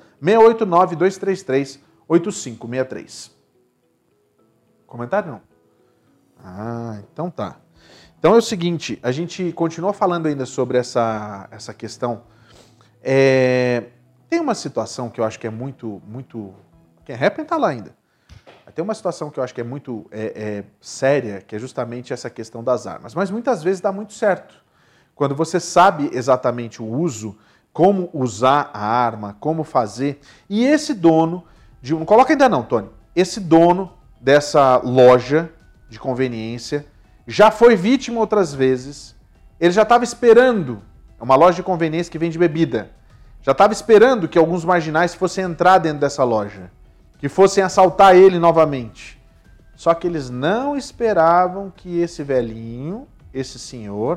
Speaker 4: 689-233-8563. Comentário não? Ah, então tá. Então é o seguinte, a gente continua falando ainda sobre essa questão. Tem uma situação que eu acho que é muito... Can Happen tá lá ainda. Tem uma situação que eu acho que é muito séria, que é justamente essa questão das armas. Mas muitas vezes dá muito certo. Quando você sabe exatamente o uso, como usar a arma, como fazer. E esse dono, não coloca ainda não, Tony. Esse dono dessa loja de conveniência já foi vítima outras vezes. Ele já estava esperando, é uma loja de conveniência que vende bebida. Já estava esperando que alguns marginais fossem entrar dentro dessa loja, que fossem assaltar ele novamente. Só que eles não esperavam que esse velhinho, esse senhor,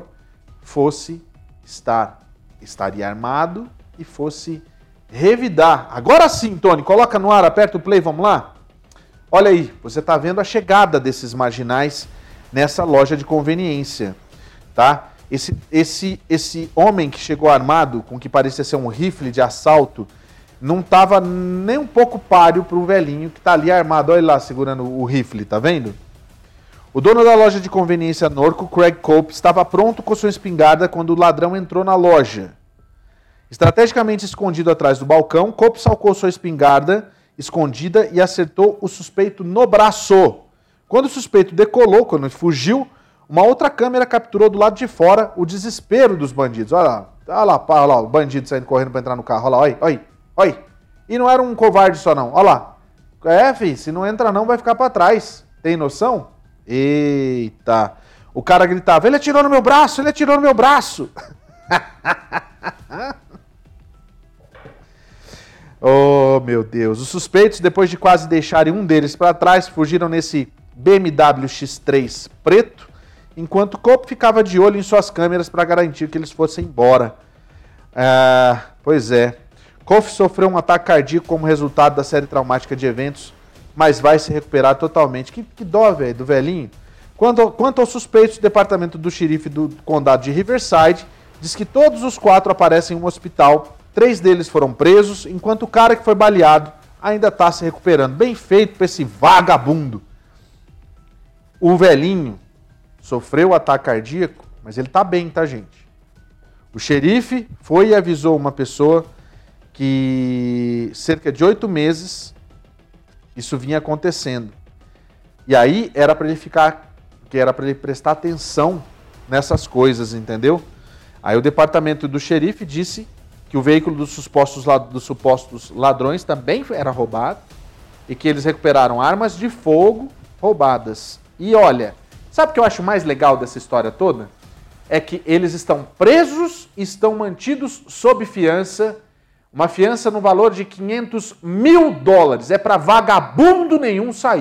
Speaker 4: estaria armado e fosse revidar. Agora sim, Tony, coloca no ar, aperta o play, vamos lá? Olha aí, você está vendo a chegada desses marginais nessa loja de conveniência, tá? Esse homem que chegou armado, com o que parecia ser um rifle de assalto, não estava nem um pouco páreo para o velhinho que está ali armado, olha lá, segurando o rifle, tá vendo? O dono da loja de conveniência Norco, Craig Cope, estava pronto com sua espingarda quando o ladrão entrou na loja. Estrategicamente escondido atrás do balcão, Cope sacou sua espingarda escondida e acertou o suspeito no braço. Quando o suspeito decolou, quando ele fugiu, uma outra câmera capturou do lado de fora o desespero dos bandidos. Olha lá, o bandido saindo correndo para entrar no carro. Olha lá, olha. E não era um covarde só não, olha lá. Filho, se não entra não, vai ficar para trás. Tem noção? Eita. O cara gritava, ele atirou no meu braço, ele atirou no meu braço. Oh, meu Deus. Os suspeitos, depois de quase deixarem um deles para trás, fugiram nesse BMW X3 preto, enquanto Cope ficava de olho em suas câmeras para garantir que eles fossem embora. Pois é. Cope sofreu um ataque cardíaco como resultado da série traumática de eventos, mas vai se recuperar totalmente. Que dó, velho, do velhinho. Quanto aos suspeitos, o departamento do xerife do condado de Riverside diz que todos os 4 aparecem em um hospital. 3 deles foram presos, enquanto o cara que foi baleado ainda está se recuperando. Bem feito para esse vagabundo. O velhinho sofreu ataque cardíaco, mas ele está bem, tá, gente? O xerife foi e avisou uma pessoa que cerca de 8 meses isso vinha acontecendo. E aí era para ele prestar atenção nessas coisas, entendeu? Aí o departamento do xerife disse que o veículo dos supostos ladrões também era roubado e que eles recuperaram armas de fogo roubadas. E olha, sabe o que eu acho mais legal dessa história toda? É que eles estão presos e estão mantidos sob fiança, uma fiança no valor de $500 mil. É para vagabundo nenhum sair.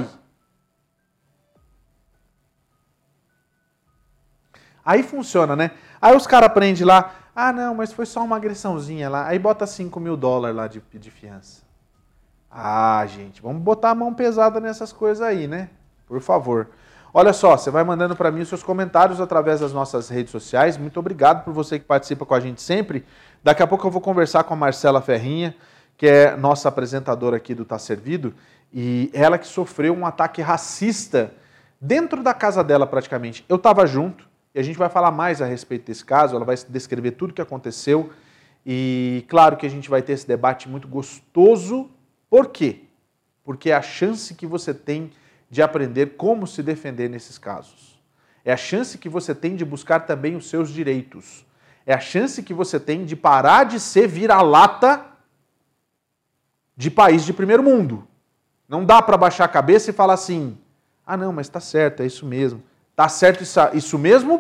Speaker 4: Aí funciona, né? Aí os caras prendem lá, não, mas foi só uma agressãozinha lá. Aí bota $5 mil lá de fiança. Gente, vamos botar a mão pesada nessas coisas aí, né? Por favor. Olha só, você vai mandando para mim os seus comentários através das nossas redes sociais. Muito obrigado por você que participa com a gente sempre. Daqui a pouco eu vou conversar com a Marcela Ferrinha, que é nossa apresentadora aqui do Tá Servido, e ela que sofreu um ataque racista dentro da casa dela praticamente. Eu estava junto. E a gente vai falar mais a respeito desse caso, ela vai descrever tudo o que aconteceu e claro que a gente vai ter esse debate muito gostoso. Por quê? Porque é a chance que você tem de aprender como se defender nesses casos. É a chance que você tem de buscar também os seus direitos. É a chance que você tem de parar de ser vira-lata de país de primeiro mundo. Não dá para baixar a cabeça e falar assim, não, mas tá certo, é isso mesmo. Tá certo isso mesmo?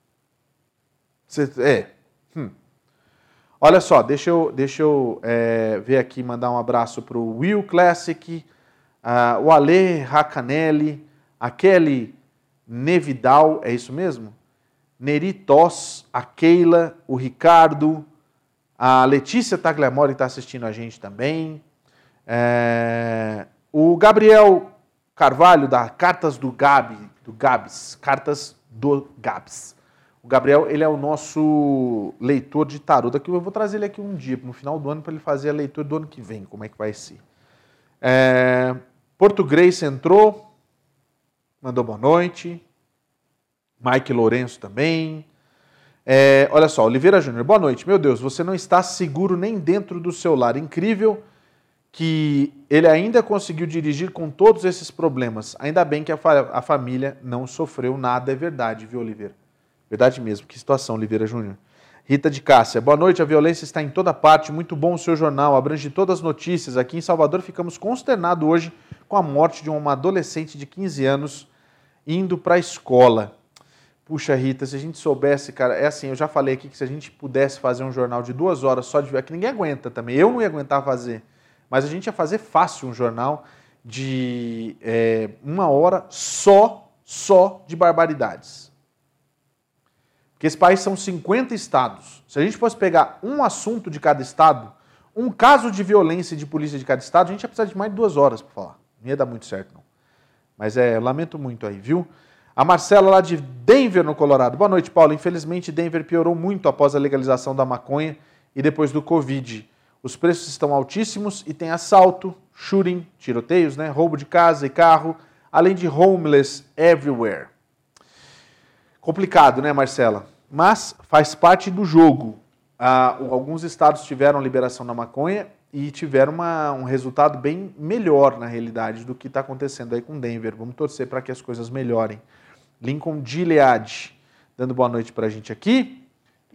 Speaker 4: Olha só, deixa eu ver aqui, mandar um abraço para o Will Classic, o Ale Racanelli, a Kelly Nevidal, é isso mesmo? Neri Toss, a Keila, o Ricardo, a Letícia Tagliamore está assistindo a gente também, o Gabriel Carvalho, da Cartas do Gabs, Cartas do Gabs. O Gabriel, ele é o nosso leitor de tarô. Daqui eu vou trazer ele aqui um dia, no final do ano, para ele fazer a leitura do ano que vem, como é que vai ser. Porto Grace entrou, mandou boa noite. Mike Lourenço também. Olha só, Oliveira Júnior, boa noite. Meu Deus, você não está seguro nem dentro do seu lar. Incrível que ele ainda conseguiu dirigir com todos esses problemas. Ainda bem que a família não sofreu nada, é verdade, viu, Oliveira? Verdade mesmo, que situação, Oliveira Júnior. Rita de Cássia, boa noite, a violência está em toda parte, muito bom o seu jornal, abrange todas as notícias. Aqui em Salvador ficamos consternados hoje com a morte de uma adolescente de 15 anos indo para a escola. Puxa, Rita, se a gente soubesse, cara, é assim, eu já falei aqui que se a gente pudesse fazer um jornal de 2 horas só de... É que ninguém aguenta também, eu não ia aguentar fazer. Mas a gente ia fazer fácil um jornal de 1 hora só de barbaridades. Porque esse país são 50 estados. Se a gente fosse pegar um assunto de cada estado, um caso de violência e de polícia de cada estado, a gente ia precisar de mais de 2 horas para falar. Não ia dar muito certo, não. Mas eu lamento muito aí, viu? A Marcela lá de Denver, no Colorado. Boa noite, Paulo. Infelizmente, Denver piorou muito após a legalização da maconha e depois do Covid. Os preços estão altíssimos e tem assalto, shooting, tiroteios, né? Roubo de casa e carro, além de homeless everywhere. Complicado, né, Marcela? Mas faz parte do jogo. Alguns estados tiveram liberação da maconha e tiveram um resultado bem melhor, na realidade, do que está acontecendo aí com Denver. Vamos torcer para que as coisas melhorem. Lincoln Gilead, dando boa noite para a gente aqui.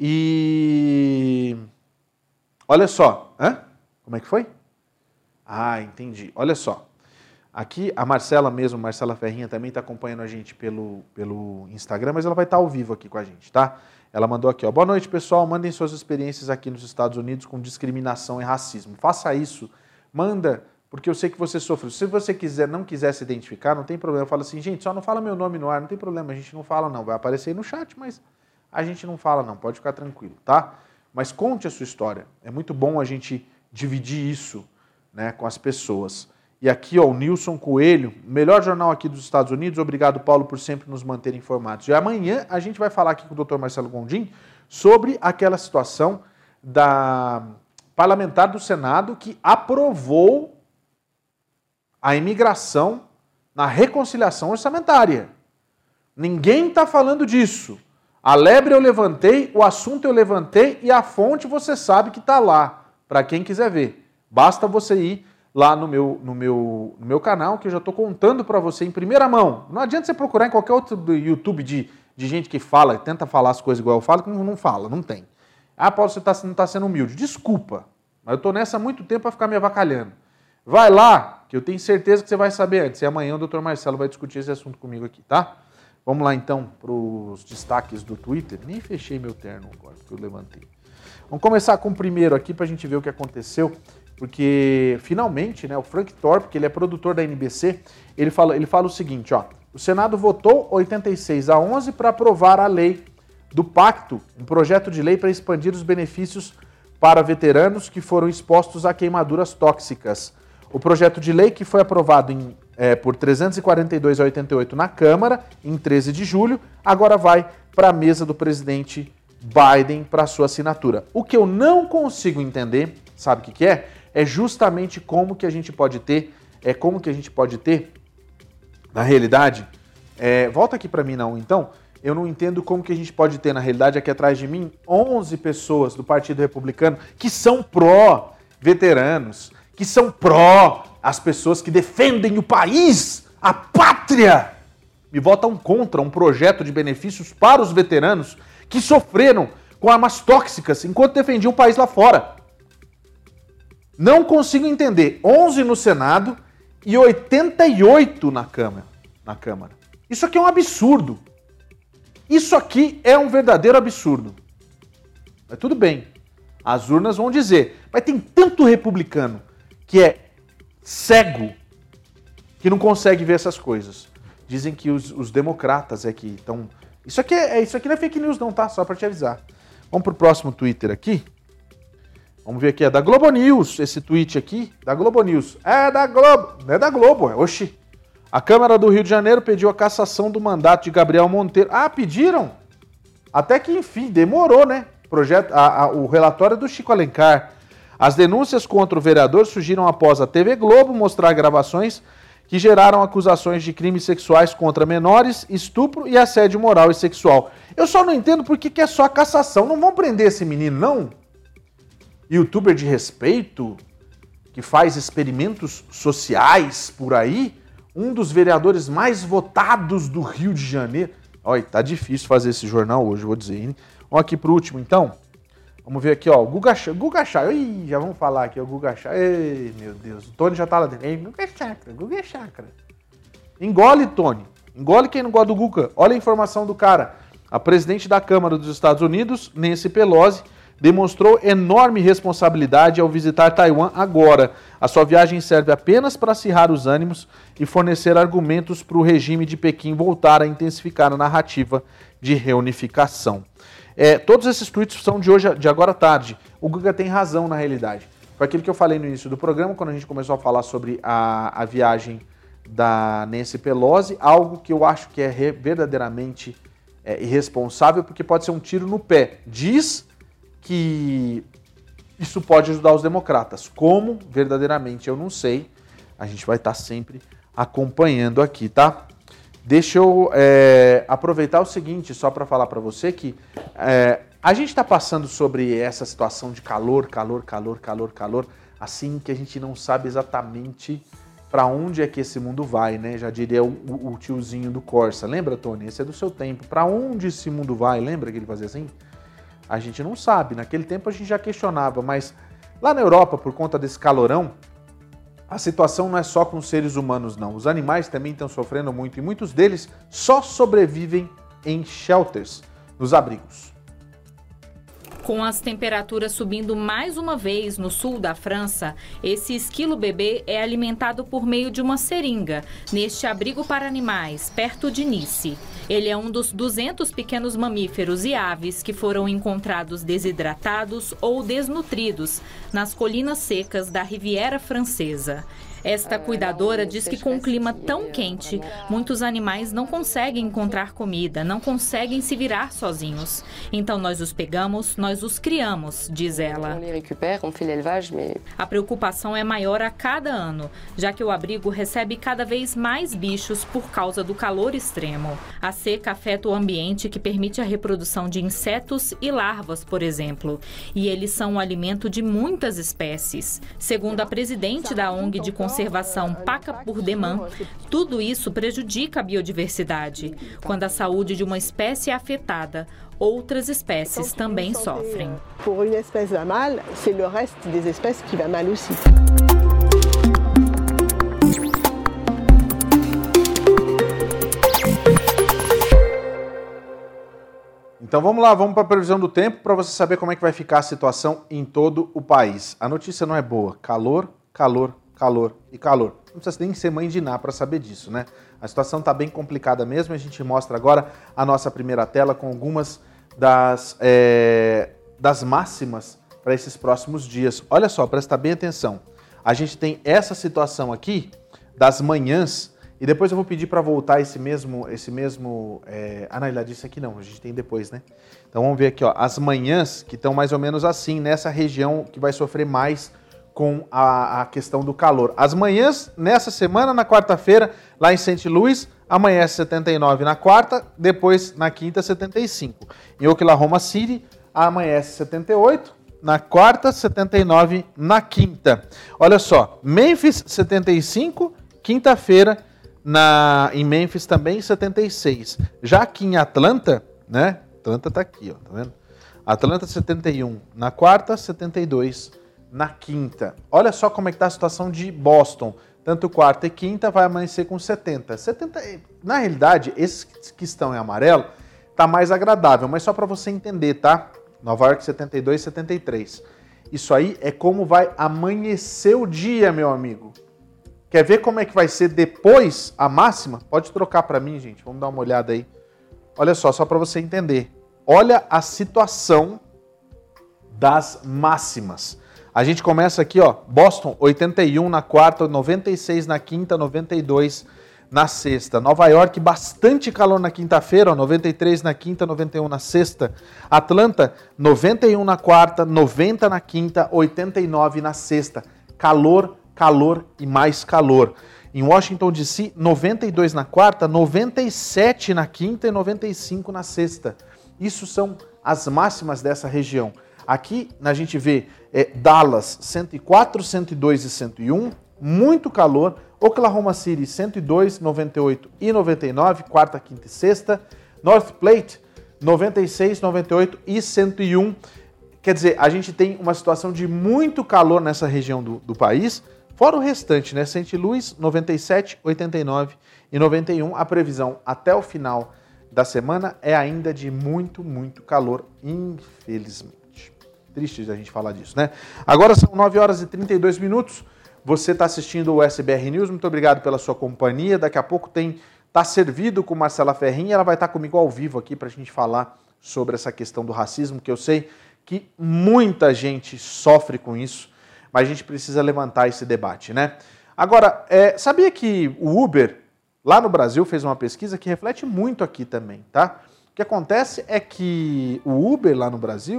Speaker 4: E... olha só. Como é que foi? Entendi. Olha só. Aqui a Marcela mesmo, Marcela Ferrinha, também está acompanhando a gente pelo Instagram, mas ela vai estar ao vivo aqui com a gente, tá? Ela mandou aqui, ó. Boa noite, pessoal. Mandem suas experiências aqui nos Estados Unidos com discriminação e racismo. Faça isso. Manda, porque eu sei que você sofreu. Se você não quiser se identificar, não tem problema. Eu falo assim, gente, só não fala meu nome no ar, não tem problema, a gente não fala não. Vai aparecer aí no chat, mas a gente não fala não. Pode ficar tranquilo, tá? Mas conte a sua história. É muito bom a gente dividir isso, né, com as pessoas. E aqui, ó, o Nilson Coelho, melhor jornal aqui dos Estados Unidos. Obrigado, Paulo, por sempre nos manter informados. E amanhã a gente vai falar aqui com o Dr. Marcelo Gondim sobre aquela situação da parlamentar do Senado que aprovou a imigração na reconciliação orçamentária. Ninguém está falando disso. A lebre eu levantei, o assunto eu levantei e a fonte você sabe que está lá, para quem quiser ver. Basta você ir lá no meu canal, que eu já estou contando para você em primeira mão. Não adianta você procurar em qualquer outro do YouTube de gente que fala, tenta falar as coisas igual eu falo, que não fala, não tem. Paulo, você não está sendo humilde. Desculpa, mas eu estou nessa há muito tempo para ficar me avacalhando. Vai lá, que eu tenho certeza que você vai saber antes. E amanhã o Dr. Marcelo vai discutir esse assunto comigo aqui, tá? Vamos lá então para os destaques do Twitter. Nem fechei meu terno agora, porque eu levantei. Vamos começar com o primeiro aqui para a gente ver o que aconteceu. Porque, finalmente, né, o Frank Thorpe, que ele é produtor da NBC, ele fala o seguinte, ó. O Senado votou 86-11 para aprovar a lei do Pacto, um projeto de lei para expandir os benefícios para veteranos que foram expostos a queimaduras tóxicas. O projeto de lei, que foi aprovado por 342-88 na Câmara, em 13 de julho, agora vai para a mesa do presidente Biden para sua assinatura. O que eu não consigo entender, sabe o que é? É justamente como que a gente pode ter, na realidade, volta aqui para mim não, então, eu não entendo como que a gente pode ter, na realidade, aqui atrás de mim, 11 pessoas do Partido Republicano que são pró-veteranos, que são pró as pessoas que defendem o país, a pátria, e votam contra um projeto de benefícios para os veteranos que sofreram com armas tóxicas enquanto defendiam o país lá fora. Não consigo entender. 11 no Senado e 88 na Câmara. Isso aqui é um absurdo. Isso aqui é um verdadeiro absurdo. Mas tudo bem. As urnas vão dizer. Mas tem tanto republicano que é cego que não consegue ver essas coisas. Dizem que os democratas é que estão... Isso aqui não é fake news não, tá? Só para te avisar. Vamos pro próximo Twitter aqui. Vamos ver aqui, é da Globo News, esse tweet aqui, da Globo News. É da Globo, não é da Globo, oxi. A Câmara do Rio de Janeiro pediu a cassação do mandato de Gabriel Monteiro. Pediram? Até que enfim, demorou, né? O relatório do Chico Alencar. As denúncias contra o vereador surgiram após a TV Globo mostrar gravações que geraram acusações de crimes sexuais contra menores, estupro e assédio moral e sexual. Eu só não entendo por que é só a cassação. Não vão prender esse menino, não? Youtuber de respeito, que faz experimentos sociais por aí, um dos vereadores mais votados do Rio de Janeiro. Olha, tá difícil fazer esse jornal hoje, vou dizer, hein? Vamos aqui pro último, então. Vamos ver aqui, ó, Guga Chakra. Ih, já vamos falar aqui, ó, Guga Chakra. Ei, meu Deus, o Tony já tá lá dentro. Ei, Guga Chakra. Engole, Tony. Engole quem não gosta do Guga. Olha a informação do cara. A presidente da Câmara dos Estados Unidos, Nancy Pelosi, demonstrou enorme responsabilidade ao visitar Taiwan agora. A sua viagem serve apenas para acirrar os ânimos e fornecer argumentos para o regime de Pequim voltar a intensificar a narrativa de reunificação. Todos esses tweets são de agora à tarde. O Guga tem razão na realidade. Foi aquilo que eu falei no início do programa, quando a gente começou a falar sobre a viagem da Nancy Pelosi, algo que eu acho que é verdadeiramente irresponsável, porque pode ser um tiro no pé. Diz que isso pode ajudar os democratas. Como? Verdadeiramente eu não sei. A gente vai estar sempre acompanhando aqui, tá? Deixa eu aproveitar o seguinte, só para falar para você que a gente está passando sobre essa situação de calor, assim que a gente não sabe exatamente para onde é que esse mundo vai, né? Já diria o tiozinho do Corsa. Lembra, Tony? Esse é do seu tempo. Para onde esse mundo vai? Lembra que ele fazia assim? A gente não sabe. Naquele tempo a gente já questionava, mas lá na Europa, por conta desse calorão, a situação não é só com os seres humanos, não. Os animais também estão sofrendo muito e muitos deles só sobrevivem em shelters, nos abrigos.
Speaker 11: Com as temperaturas subindo mais uma vez no sul da França, esse esquilo bebê é alimentado por meio de uma seringa, neste abrigo para animais, perto de Nice. Ele é um dos 200 pequenos mamíferos e aves que foram encontrados desidratados ou desnutridos nas colinas secas da Riviera Francesa. Esta cuidadora diz que com um clima tão quente, muitos animais não conseguem encontrar comida, não conseguem se virar sozinhos. Então nós os pegamos, nós os criamos, diz ela. A preocupação é maior a cada ano, já que o abrigo recebe cada vez mais bichos por causa do calor extremo. A seca afeta o ambiente que permite a reprodução de insetos e larvas, por exemplo. E eles são o alimento de muitas espécies. Segundo a presidente da ONG de conservação Paca por Deman, tudo isso prejudica a biodiversidade. Quando a saúde de uma espécie é afetada, outras espécies também sofrem.
Speaker 12: Por uma espécie vai mal, c'est le reste des espèces qui va mal aussi.
Speaker 4: Então vamos lá, vamos para a previsão do tempo para você saber como é que vai ficar a situação em todo o país. A notícia não é boa. Calor, calor, calor e calor. Não precisa nem ser mãe de Ná para saber disso, né? A situação está bem complicada mesmo. A gente mostra agora a nossa primeira tela com algumas das máximas para esses próximos dias. Olha só, presta bem atenção. A gente tem essa situação aqui das manhãs. E depois eu vou pedir para voltar esse mesmo... não, ele disse aqui não, a gente tem depois, né? Então vamos ver aqui, ó, as manhãs que estão mais ou menos assim, nessa região que vai sofrer mais com a questão do calor. As manhãs, nessa semana, na quarta-feira, lá em St. Louis, amanhece 79 na quarta, depois na quinta, 75. Em Oklahoma City, amanhece 78, na quarta, 79 na quinta. Olha só, Memphis, 75, quinta-feira, em Memphis também 76. Já aqui em Atlanta, né? Atlanta tá aqui, ó, tá vendo? Atlanta 71 na quarta, 72 na quinta. Olha só como é que tá a situação de Boston. Tanto quarta e quinta vai amanhecer com 70. Na realidade, esses que estão em amarelo tá mais agradável, mas só para você entender, tá? Nova York 72, 73. Isso aí é como vai amanhecer o dia, meu amigo. Quer ver como é que vai ser depois a máxima? Pode trocar para mim, gente. Vamos dar uma olhada aí. Olha só para você entender. Olha a situação das máximas. A gente começa aqui, ó. Boston, 81 na quarta, 96 na quinta, 92 na sexta. Nova York, bastante calor na quinta-feira, 93 na quinta, 91 na sexta. Atlanta, 91 na quarta, 90 na quinta, 89 na sexta. Calor e mais calor. Em Washington DC, 92 na quarta, 97 na quinta e 95 na sexta. Isso são as máximas dessa região. Aqui a gente vê Dallas, 104, 102 e 101, muito calor. Oklahoma City, 102, 98 e 99, quarta, quinta e sexta. North Platte, 96, 98 e 101. Quer dizer, a gente tem uma situação de muito calor nessa região do país. Fora o restante, né? St. Louis, 97, 89 e 91. A previsão até o final da semana é ainda de muito, muito calor, infelizmente. Triste a gente falar disso, né? Agora são 9 horas e 32 minutos. Você está assistindo o SBR News. Muito obrigado pela sua companhia. Daqui a pouco tá servido com Marcela Ferrin. Ela vai estar comigo ao vivo aqui para a gente falar sobre essa questão do racismo, que eu sei que muita gente sofre com isso. Mas a gente precisa levantar esse debate, né? Agora, sabia que o Uber, lá no Brasil, fez uma pesquisa que reflete muito aqui também, tá? O que acontece é que o Uber lá no Brasil,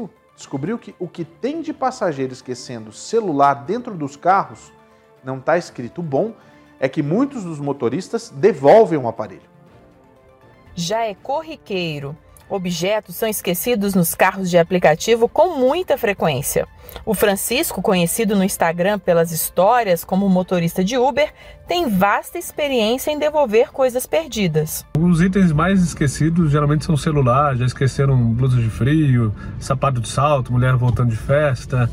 Speaker 4: descobriu que o que tem de passageiro esquecendo celular dentro dos carros não está escrito. O bom é que muitos dos motoristas devolvem o aparelho.
Speaker 13: Já é corriqueiro. Objetos são esquecidos nos carros de aplicativo com muita frequência. O Francisco, conhecido no Instagram pelas histórias como motorista de Uber, tem vasta experiência em devolver coisas perdidas.
Speaker 14: Os itens mais esquecidos geralmente são celular, já esqueceram blusa de frio, sapato de salto, mulher voltando de festa,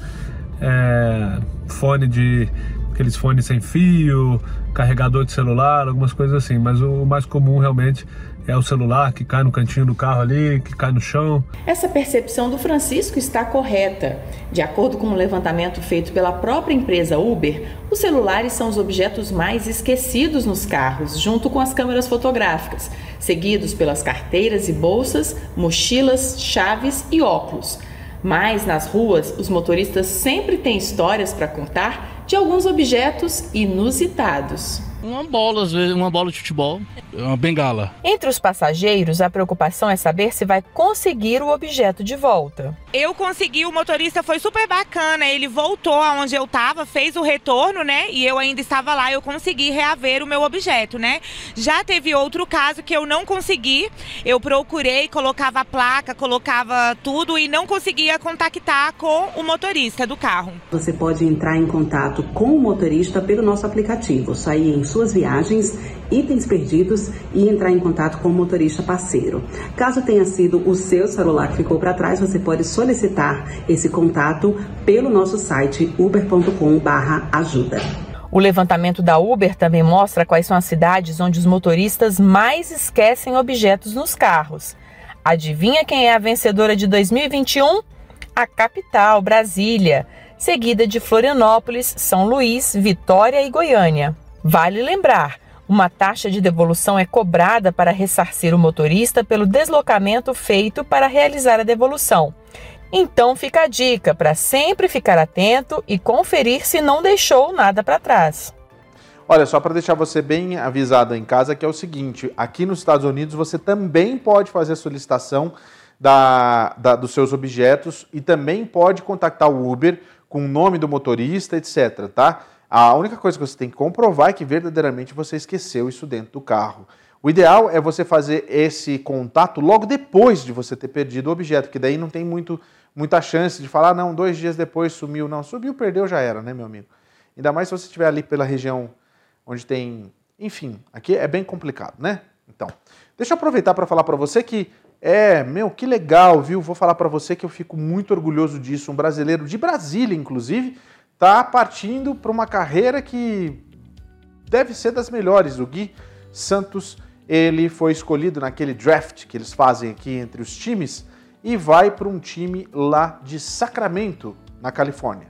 Speaker 14: aqueles fones sem fio, carregador de celular, algumas coisas assim. Mas o mais comum realmente é o celular que cai no cantinho do carro ali, que cai no chão.
Speaker 15: Essa percepção do Francisco está correta. De acordo com um levantamento feito pela própria empresa Uber, os celulares são os objetos mais esquecidos nos carros, junto com as câmeras fotográficas, seguidos pelas carteiras e bolsas, mochilas, chaves e óculos. Mas nas ruas, os motoristas sempre têm histórias para contar de alguns objetos inusitados.
Speaker 16: Uma bola, às vezes, uma bola de futebol, uma bengala.
Speaker 13: Entre os passageiros, a preocupação é saber se vai conseguir o objeto de volta.
Speaker 17: Eu consegui, o motorista foi super bacana, ele voltou aonde eu estava, fez o retorno, né? E eu ainda estava lá, eu consegui reaver o meu objeto, né? Já teve outro caso que eu não consegui, eu procurei, colocava a placa, colocava tudo e não conseguia contactar com o motorista do carro.
Speaker 18: Você pode entrar em contato com o motorista pelo nosso aplicativo, sair em suas viagens, itens perdidos e entrar em contato com o motorista parceiro. Caso tenha sido o seu celular que ficou para trás, você pode solicitar esse contato pelo nosso site uber.com/ajuda.
Speaker 13: O levantamento da Uber também mostra quais são as cidades onde os motoristas mais esquecem objetos nos carros. Adivinha quem é a vencedora de 2021? A capital, Brasília, seguida de Florianópolis, São Luís, Vitória e Goiânia. Vale lembrar, uma taxa de devolução é cobrada para ressarcir o motorista pelo deslocamento feito para realizar a devolução. Então fica a dica para sempre ficar atento e conferir se não deixou nada para trás.
Speaker 4: Olha, só para deixar você bem avisado em casa, que é o seguinte, aqui nos Estados Unidos você também pode fazer a solicitação dos seus objetos e também pode contactar o Uber com o nome do motorista, etc, tá? A única coisa que você tem que comprovar é que verdadeiramente você esqueceu isso dentro do carro. O ideal é você fazer esse contato logo depois de você ter perdido o objeto, porque daí não tem muita chance de falar, não, 2 dias depois sumiu. Não, sumiu, perdeu, já era, né, meu amigo? Ainda mais se você estiver ali pela região onde tem... Enfim, aqui é bem complicado, né? Então, deixa eu aproveitar para falar para você que que legal, viu? Vou falar para você que eu fico muito orgulhoso disso. Um brasileiro de Brasília, inclusive, está partindo para uma carreira que deve ser das melhores. O Gui Santos, ele foi escolhido naquele draft que eles fazem aqui entre os times e vai para um time lá de Sacramento, na Califórnia.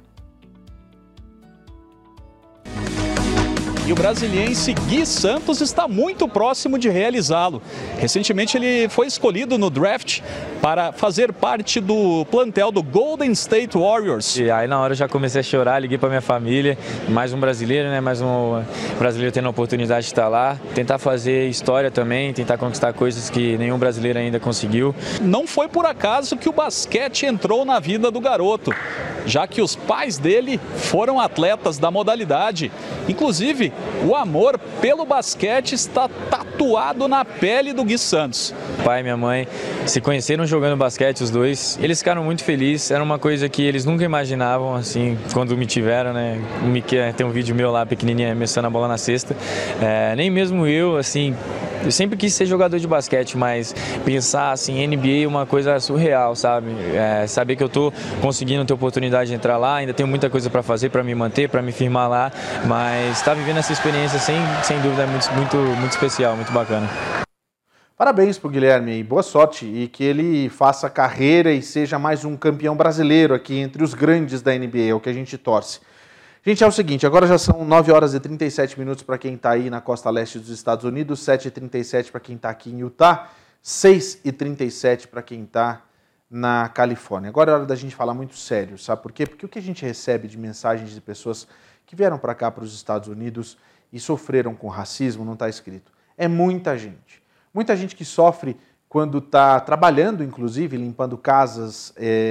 Speaker 19: E o brasiliense Gui Santos está muito próximo de realizá-lo. Recentemente ele foi escolhido no draft para fazer parte do plantel do Golden State Warriors.
Speaker 20: E aí na hora eu já comecei a chorar, liguei para minha família, mais um brasileiro, né? Mais um brasileiro tendo a oportunidade de estar lá, tentar fazer história também, tentar conquistar coisas que nenhum brasileiro ainda conseguiu.
Speaker 19: Não foi por acaso que o basquete entrou na vida do garoto, já que os pais dele foram atletas da modalidade. Inclusive, o amor pelo basquete está tatuado na pele do Gui Santos.
Speaker 20: Pai e minha mãe se conheceram jogando basquete, os dois. Eles ficaram muito felizes, era uma coisa que eles nunca imaginavam, assim, quando me tiveram, né? Tem um vídeo meu lá, pequenininho, arremessando a bola na cesta. Nem mesmo eu, assim, eu sempre quis ser jogador de basquete, mas pensar, assim, NBA é uma coisa surreal, sabe? Saber que eu tô conseguindo ter oportunidade de entrar lá, ainda tenho muita coisa para fazer, para me manter, para me firmar lá, mas estar vivendo essa experiência, sem dúvida, é muito especial, muito bacana.
Speaker 4: Parabéns pro Guilherme e boa sorte, e que ele faça carreira e seja mais um campeão brasileiro aqui entre os grandes da NBA, é o que a gente torce. Gente, é o seguinte, agora já são 9 horas e 37 minutos para quem está aí na costa leste dos Estados Unidos, 7h37 para quem está aqui em Utah, 6h37 para quem está na Califórnia. Agora é hora da gente falar muito sério, sabe por quê? Porque o que a gente recebe de mensagens de pessoas que vieram para cá, para os Estados Unidos, e sofreram com racismo, não está escrito. É muita gente. Muita gente que sofre quando está trabalhando, inclusive, limpando casas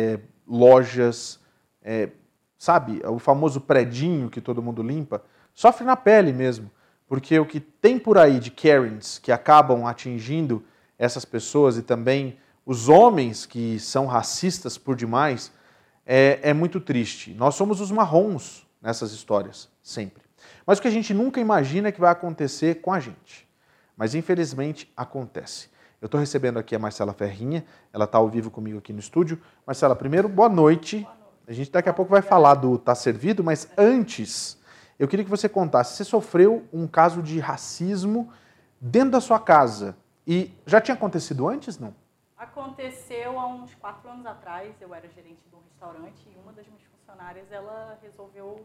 Speaker 4: lojas, sabe, o famoso predinho que todo mundo limpa, sofre na pele mesmo. Porque o que tem por aí de Karens que acabam atingindo essas pessoas e também os homens que são racistas por demais, é muito triste. Nós somos os marrons nessas histórias, sempre. Mas o que a gente nunca imagina é que vai acontecer com a gente. Mas infelizmente acontece. Eu estou recebendo aqui a Marcela Ferrinha, ela está ao vivo comigo aqui no estúdio. Marcela, primeiro, boa noite. A gente daqui a pouco vai falar do Tá Servido, mas antes, eu queria que você contasse, você sofreu um caso de racismo dentro da sua casa. E já tinha acontecido antes, não?
Speaker 21: Aconteceu há uns 4 anos atrás. Eu era gerente de um restaurante e uma das minhas funcionárias, ela resolveu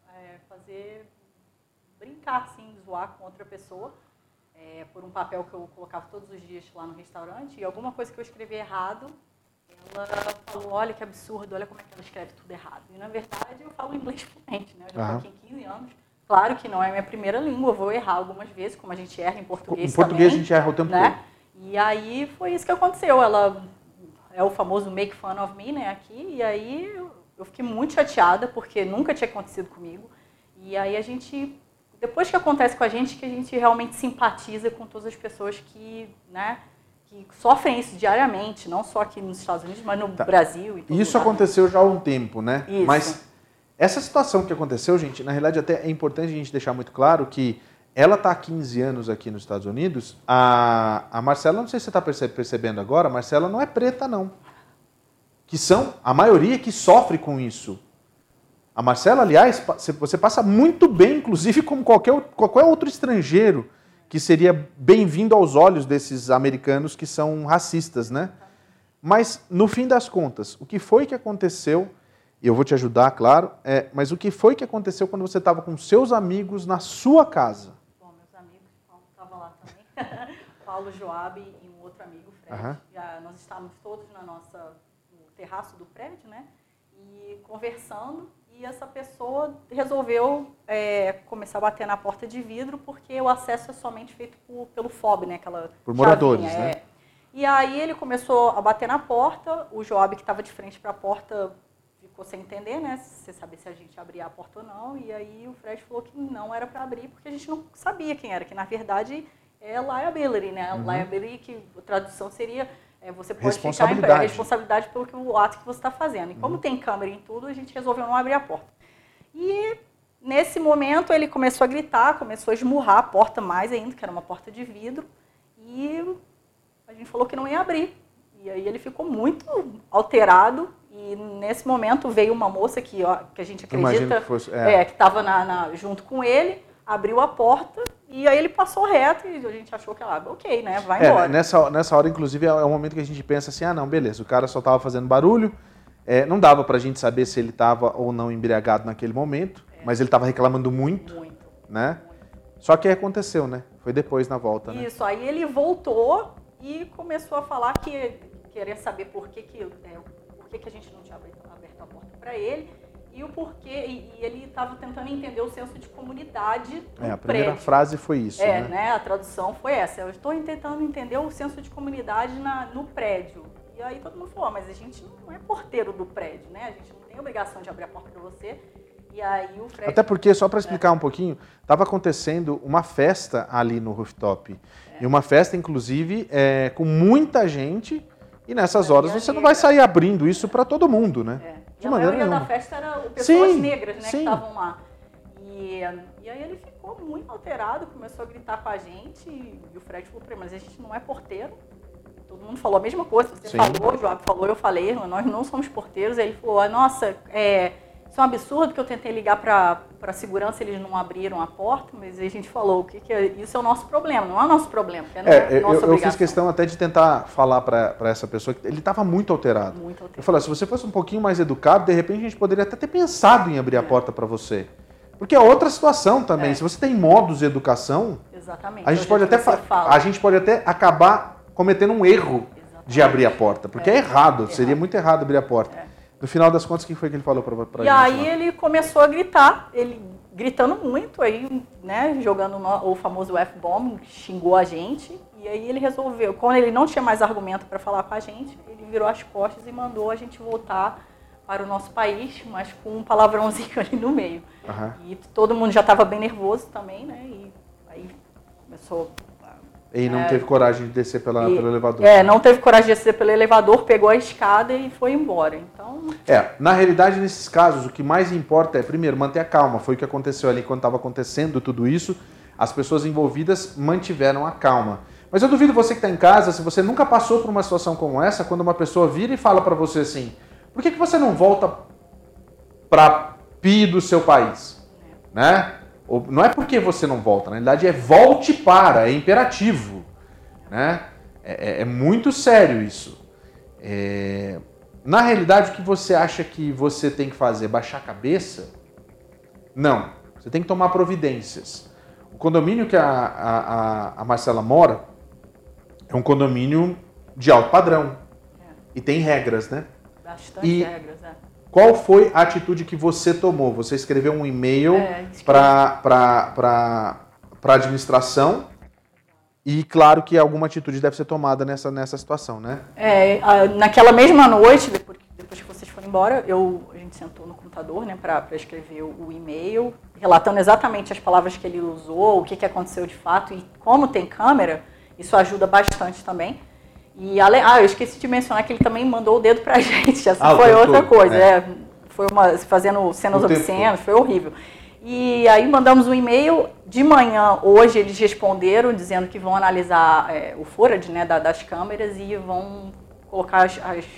Speaker 21: brincar, assim, zoar com outra pessoa, por um papel que eu colocava todos os dias lá no restaurante, e alguma coisa que eu escrevi errado, ela falou, olha que absurdo, olha como é que ela escreve tudo errado. E, na verdade, eu falo inglês fluente, né? Eu já estou aqui em 15 anos. Claro que não é minha primeira língua, eu vou errar algumas vezes, como a gente erra em português também. Em português a gente erra o tempo todo. E aí foi isso que aconteceu. Ela é o famoso make fun of me, né, aqui, e aí eu fiquei muito chateada, porque nunca tinha acontecido comigo. E aí depois que acontece com a gente, que a gente realmente simpatiza com todas as pessoas que sofrem isso diariamente, não só aqui nos Estados Unidos, mas no Brasil. E
Speaker 4: isso aconteceu já há um tempo, né? Isso. Mas essa situação que aconteceu, gente, na realidade até é importante a gente deixar muito claro que ela está há 15 anos aqui nos Estados Unidos. A Marcela, não sei se você está percebendo agora, a Marcela não é preta, não. Que são a maioria que sofre com isso. A Marcela, aliás, você passa muito bem, inclusive, como qualquer outro estrangeiro que seria bem-vindo aos olhos desses americanos que são racistas, né? Mas, no fim das contas, o que foi que aconteceu, e eu vou te ajudar, claro, mas o que foi que aconteceu quando você estava com seus amigos na sua casa?
Speaker 21: Bom, meus amigos estavam lá também, Paulo Joab e um outro amigo, Fred. Nós estávamos todos no terraço do prédio, né? E conversando, e essa pessoa resolveu começar a bater na porta de vidro, porque o acesso é somente feito pelo FOB, né?
Speaker 4: Por moradores, né?
Speaker 21: E aí ele começou a bater na porta, o Joab, que estava de frente para a porta, ficou sem entender, né? Sem saber se a gente abria a porta ou não, e aí o Fred falou que não era para abrir, porque a gente não sabia quem era, que na verdade é liability, né? Liability, que a tradução seria... você pode ficar em responsabilidade pelo ato que você está fazendo. E como tem câmera em tudo, a gente resolveu não abrir a porta. E nesse momento ele começou a gritar, começou a esmurrar a porta mais ainda, que era uma porta de vidro, e a gente falou que não ia abrir. E aí ele ficou muito alterado, e nesse momento veio uma moça que a gente acredita que estava junto com ele, abriu a porta, e aí ele passou reto e a gente achou que ela, ok, né, vai embora.
Speaker 4: Nessa hora, inclusive, é um momento que a gente pensa assim, não, beleza, o cara só estava fazendo barulho, não dava pra gente saber se ele estava ou não embriagado naquele momento, mas ele estava reclamando muito, né? Só que aconteceu, né? Foi depois na volta, né?
Speaker 21: Isso, aí ele voltou e começou a falar que queria saber por que a gente não tinha aberto a porta para ele. E o porquê, e ele estava tentando entender o senso de comunidade do prédio.
Speaker 4: A primeira frase foi isso,
Speaker 21: né? A tradução foi essa. Eu estou tentando entender o senso de comunidade no prédio. E aí todo mundo falou, mas a gente não é porteiro do prédio, né? A gente não tem obrigação de abrir a porta para você. E aí o Fred...
Speaker 4: Até porque, só para explicar um pouquinho, estava acontecendo uma festa ali no rooftop. E uma festa, inclusive, com muita gente. E nessas horas você não vai sair abrindo isso para todo mundo, né?
Speaker 21: De maneira nenhuma. A maioria da festa era pessoas negras, né, que estavam lá. E aí ele ficou muito alterado, começou a gritar com a gente, e o Fred falou para ele, mas a gente não é porteiro. Todo mundo falou a mesma coisa, você falou, o Joab falou, eu falei, nós não somos porteiros. Aí ele falou, nossa, isso é um absurdo, que eu tentei ligar para a segurança, eles não abriram a porta, mas aí a gente falou, isso é o nosso problema, não é o nosso problema, não é nossa obrigação.
Speaker 4: Eu fiz questão até de tentar falar para essa pessoa que ele estava muito alterado. Eu falei, se você fosse um pouquinho mais educado, de repente a gente poderia até ter pensado em abrir a porta para você. Porque é outra situação também, se você tem modos de educação, a gente pode até acabar cometendo um erro de abrir a porta, porque é errado, seria muito errado abrir a porta. No final das contas, o que foi que ele falou para gente?
Speaker 21: E aí ele começou a gritar, ele gritando muito, aí, né, jogando o famoso F-bomb, xingou a gente. E aí ele resolveu, quando ele não tinha mais argumento para falar com a gente, ele virou as costas e mandou a gente voltar para o nosso país, mas com um palavrãozinho ali no meio.
Speaker 4: Uhum.
Speaker 21: E todo mundo já estava bem nervoso também, né? E aí começou...
Speaker 4: E não teve coragem de descer pelo elevador.
Speaker 21: Não teve coragem de descer pelo elevador, pegou a escada e foi embora. Então...
Speaker 4: na realidade, nesses casos, o que mais importa é, primeiro, manter a calma. Foi o que aconteceu ali quando estava acontecendo tudo isso. As pessoas envolvidas mantiveram a calma. Mas eu duvido você que está em casa, se você nunca passou por uma situação como essa, quando uma pessoa vira e fala para você assim, por que você não volta para PI do seu país? Né? Não é porque você não volta, na realidade é volte para, é imperativo. Né? É muito sério isso. Na realidade, o que você acha que você tem que fazer? Baixar a cabeça? Não. Você tem que tomar providências. O condomínio que a Marcela mora é um condomínio de alto padrão. E tem regras, né?
Speaker 21: Bastante regras,
Speaker 4: Qual foi a atitude que você tomou? Você escreveu um e-mail para a administração e claro que alguma atitude deve ser tomada nessa situação, né?
Speaker 21: Naquela mesma noite, depois que vocês foram embora, a gente sentou no computador, né, para escrever o e-mail, relatando exatamente as palavras que ele usou, o que aconteceu de fato e como tem câmera, isso ajuda bastante também. E eu esqueci de mencionar que ele também mandou o dedo pra gente. Essa foi outra coisa. Foi fazendo cenas obscenas, foi horrível. E aí mandamos um e-mail. De manhã, hoje, eles responderam dizendo que vão analisar o footage, né, das câmeras e vão colocar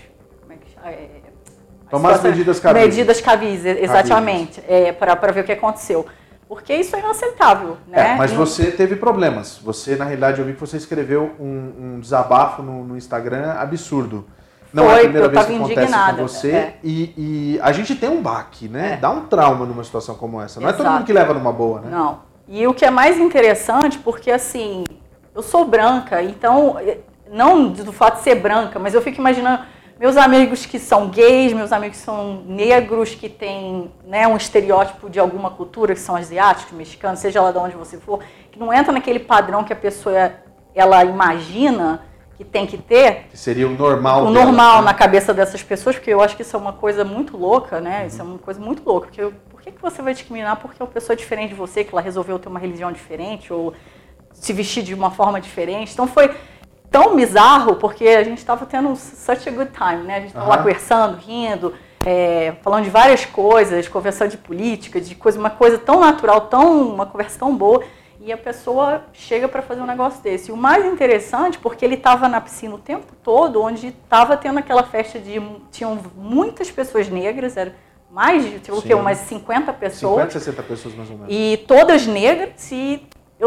Speaker 4: tomar as medidas cabíveis.
Speaker 21: Medidas cabíveis, exatamente. Para ver o que aconteceu. Porque isso é inaceitável, né?
Speaker 4: Mas você teve problemas. Você, na realidade, eu vi que você escreveu um desabafo no Instagram absurdo. Não é a primeira vez que acontece com você. E a gente tem um baque, né? Dá um trauma numa situação como essa. Não é todo mundo que leva numa boa, né?
Speaker 21: Não. E o que é mais interessante, porque assim, eu sou branca, então, não do fato de ser branca, mas eu fico imaginando meus amigos que são gays, meus amigos que são negros, que têm, né, um estereótipo de alguma cultura, que são asiáticos, mexicanos, seja lá de onde você for, que não entra naquele padrão que a pessoa ela imagina que tem que ter.
Speaker 4: Que seria o normal.
Speaker 21: O normal na cabeça dessas pessoas, porque eu acho que isso é uma coisa muito louca, né? Isso é uma coisa muito louca. Porque por que você vai discriminar porque uma pessoa é diferente de você, que ela resolveu ter uma religião diferente, ou se vestir de uma forma diferente? Então foi tão bizarro, porque a gente estava tendo such a good time, né? A gente estava lá conversando, rindo, falando de várias coisas, conversando de política, uma coisa tão natural, uma conversa tão boa, e a pessoa chega para fazer um negócio desse. E o mais interessante, porque ele estava na piscina o tempo todo, onde estava tendo aquela festa tinham muitas pessoas negras, era mais de umas 50 pessoas.
Speaker 4: 50, 60 pessoas mais ou menos.
Speaker 21: E todas negras, e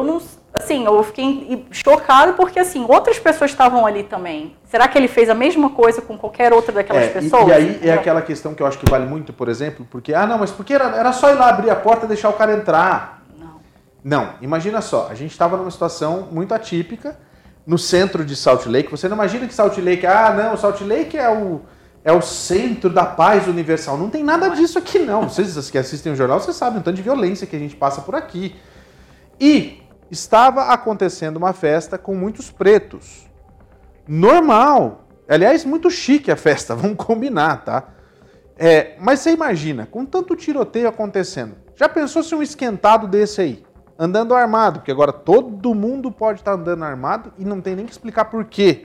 Speaker 21: eu fiquei chocado porque, assim, outras pessoas estavam ali também. Será que ele fez a mesma coisa com qualquer outra daquelas pessoas?
Speaker 4: E aí é aquela questão que eu acho que vale muito, por exemplo, porque, mas porque era só ir lá abrir a porta e deixar o cara entrar. Não, imagina só, a gente estava numa situação muito atípica, no centro de Salt Lake. Você não imagina que Salt Lake, Salt Lake é o centro da paz universal. Não tem nada disso aqui, não. Vocês que assistem o jornal, vocês sabem o tanto de violência que a gente passa por aqui. E estava acontecendo uma festa com muitos pretos. Normal. Aliás, muito chique a festa, vamos combinar, tá? Mas você imagina, com tanto tiroteio acontecendo, já pensou se um esquentado desse aí, andando armado, porque agora todo mundo pode estar andando armado e não tem nem que explicar por quê.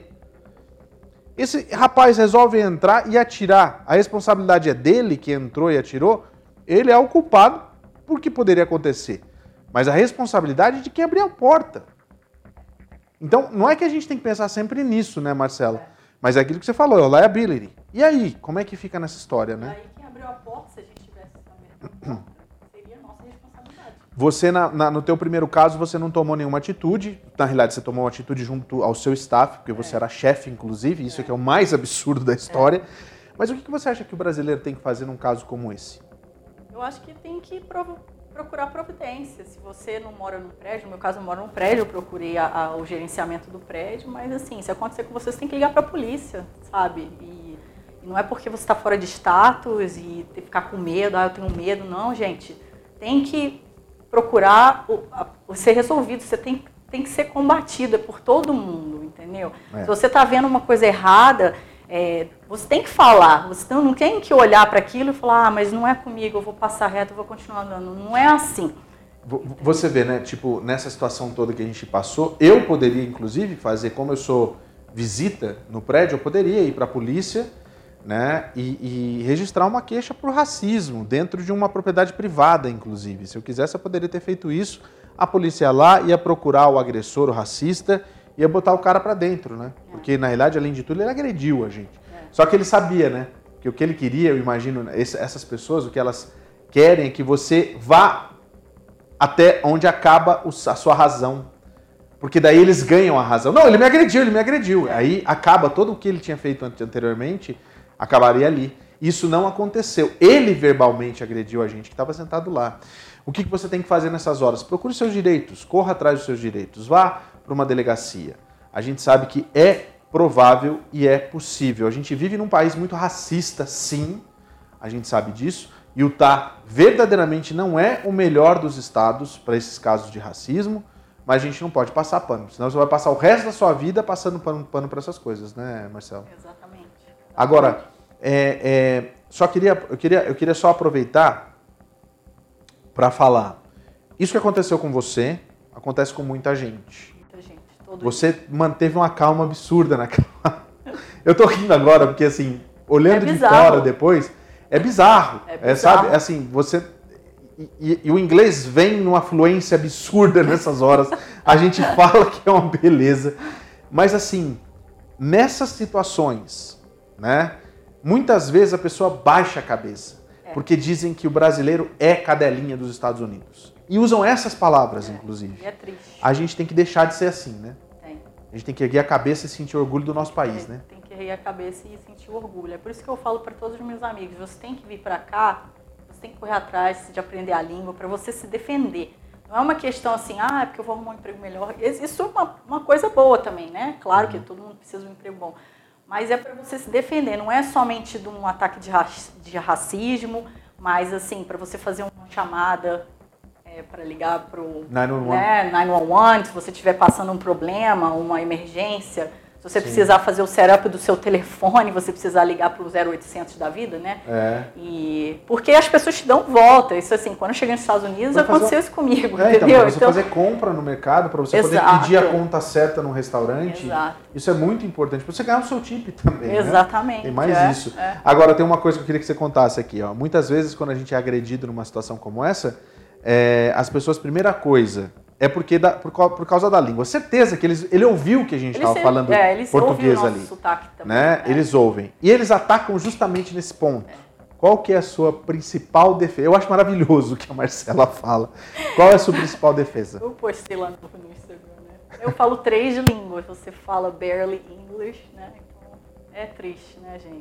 Speaker 4: Esse rapaz resolve entrar e atirar. A responsabilidade é dele, que entrou e atirou. Ele é o culpado por que poderia acontecer. Mas a responsabilidade é de quem abriu a porta. Então, não é que a gente tem que pensar sempre nisso, né, Marcela? Mas é aquilo que você falou, é o liability. E aí, como é que fica nessa história, né?
Speaker 21: Aí quem abriu a porta, se a gente tivesse aberto, seria a nossa responsabilidade.
Speaker 4: Você, no teu primeiro caso, você não tomou nenhuma atitude. Na realidade, você tomou uma atitude junto ao seu staff, porque você era chefe, inclusive. Isso que é o mais absurdo da história. Mas o que você acha que o brasileiro tem que fazer num caso como esse?
Speaker 21: Eu acho que tem que procurar providência. Se você não mora num prédio, no meu caso eu moro num prédio, eu procurei o gerenciamento do prédio, mas assim, se acontecer com você tem que ligar para a polícia, sabe? E não é porque você está fora de status e tem que ficar com medo, eu tenho medo, não, gente. Tem que procurar ser resolvido, você tem que ser combatido, por todo mundo, entendeu? Se você está vendo uma coisa errada, Você tem que falar, você não tem que olhar para aquilo e falar, mas não é comigo, eu vou passar reto, eu vou continuar andando. Não é assim.
Speaker 4: Você vê, né, tipo, nessa situação toda que a gente passou, eu poderia, inclusive, fazer, como eu sou visita no prédio, eu poderia ir para a polícia, né, e registrar uma queixa por racismo dentro de uma propriedade privada, inclusive. Se eu quisesse, eu poderia ter feito isso. A polícia ia lá, ia procurar o agressor, o racista, ia botar o cara para dentro, né? Porque, na realidade, além de tudo, ele agrediu a gente. Só que ele sabia, né? Que o que ele queria, eu imagino, essas pessoas, o que elas querem é que você vá até onde acaba a sua razão. Porque daí eles ganham a razão. Não, ele me agrediu. Aí acaba todo o que ele tinha feito anteriormente, acabaria ali. Isso não aconteceu. Ele verbalmente agrediu a gente que estava sentado lá. O que você tem que fazer nessas horas? Procure seus direitos, corra atrás dos seus direitos, vá para uma delegacia. A gente sabe que é provável e é possível. A gente vive num país muito racista, sim, a gente sabe disso. Utah verdadeiramente não é o melhor dos estados para esses casos de racismo, mas a gente não pode passar pano, senão você vai passar o resto da sua vida passando pano para essas coisas, né, Marcelo?
Speaker 21: Exatamente.
Speaker 4: Agora, eu queria só aproveitar para falar. Isso que aconteceu com você, acontece com muita gente. Você manteve uma calma absurda naquela... Eu tô rindo agora, porque assim, olhando de fora depois, é bizarro. Sabe, assim, você... E o inglês vem numa fluência absurda nessas horas. A gente fala que é uma beleza. Mas assim, nessas situações, né? Muitas vezes a pessoa baixa a cabeça. Porque dizem que o brasileiro é cadelinha dos Estados Unidos. E usam essas palavras, inclusive.
Speaker 21: É triste.
Speaker 4: A gente tem que deixar de ser assim, né? A gente tem que erguer a cabeça e sentir orgulho do nosso país, né?
Speaker 21: Tem que erguer a cabeça e sentir orgulho. É por isso que eu falo para todos os meus amigos, você tem que vir para cá, você tem que correr atrás de aprender a língua para você se defender. Não é uma questão assim, é porque eu vou arrumar um emprego melhor. Isso é uma coisa boa também, né? Claro que todo mundo precisa de um emprego bom. Mas é para você se defender, não é somente de um ataque de racismo, mas assim, para você fazer uma chamada para ligar para o 911, se você estiver passando um problema, uma emergência, se você precisar fazer o setup do seu telefone, você precisar ligar para o 0800 da vida, né? E porque as pessoas te dão volta. Isso assim, quando eu cheguei nos Estados Unidos, aconteceu isso comigo, entendeu?
Speaker 4: Para você fazer compra no mercado, para você poder pedir a conta certa no restaurante, isso é muito importante. Para você ganhar o seu tip também,
Speaker 21: Exatamente.
Speaker 4: Né? Tem mais isso. Agora, tem uma coisa que eu queria que você contasse aqui. Ó. Muitas vezes, quando a gente é agredido numa situação como essa, as pessoas, primeira coisa, é porque por causa da língua. Certeza que ele ouviu que a gente estava falando português ali.
Speaker 21: Sotaque também,
Speaker 4: né? Eles ouvem. E eles atacam justamente nesse ponto. Qual que é a sua principal defesa? Eu acho maravilhoso o que a Marcela fala. Qual é a sua principal defesa?
Speaker 21: Eu postei lá no Instagram, né? Eu falo 3 línguas. Você fala barely English, né? Então, é triste, né, gente?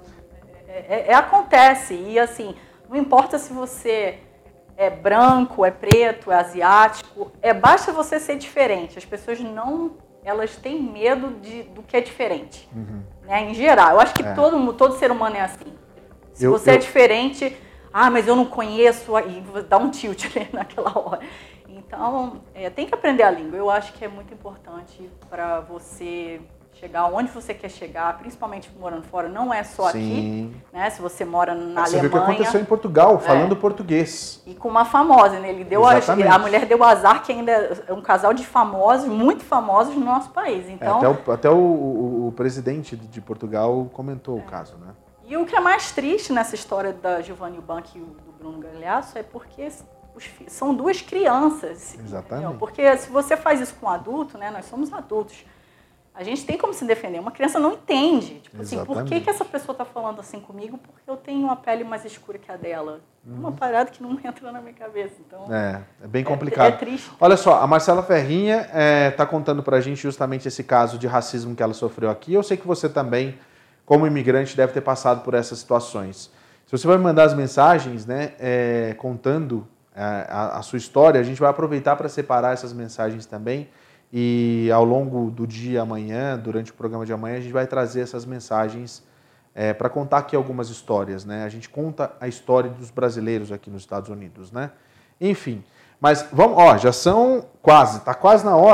Speaker 21: Então, acontece. E assim, não importa se você é branco, é preto, é asiático, basta você ser diferente. As pessoas elas têm medo do que é diferente, né? Em geral. Eu acho que todo ser humano é assim. Se você é diferente, mas eu não conheço, aí dá um tilt ali naquela hora. Então, tem que aprender a língua. Eu acho que é muito importante para você chegar onde você quer chegar, principalmente morando fora, não é só aqui, né? Se você mora na Alemanha... Você viu o que
Speaker 4: aconteceu em Portugal, falando português.
Speaker 21: E com uma famosa, né? A mulher deu azar, que ainda é um casal de famosos, muito famosos no nosso país. Então,
Speaker 4: até o presidente de Portugal comentou o caso, né?
Speaker 21: E o que é mais triste nessa história da Giovanna Eubank e do Bruno Galhaço é porque são 2 crianças.
Speaker 4: Exatamente.
Speaker 21: Entendeu? Porque se você faz isso com um adulto, né? Nós somos adultos. A gente tem como se defender. Uma criança não entende. Tipo assim, por que essa pessoa está falando assim comigo? Porque eu tenho uma pele mais escura que a dela. Uma parada que não entra na minha cabeça. Então,
Speaker 4: é bem complicado.
Speaker 21: É triste.
Speaker 4: Olha só, a Marcela Ferrinha está contando para a gente justamente esse caso de racismo que ela sofreu aqui. Eu sei que você também, como imigrante, deve ter passado por essas situações. Se você vai mandar as mensagens, né, contando a sua história, a gente vai aproveitar para separar essas mensagens também. E ao longo do dia amanhã, durante o programa de amanhã, a gente vai trazer essas mensagens para contar aqui algumas histórias, né? A gente conta a história dos brasileiros aqui nos Estados Unidos, né? Enfim, mas vamos, já são está quase na hora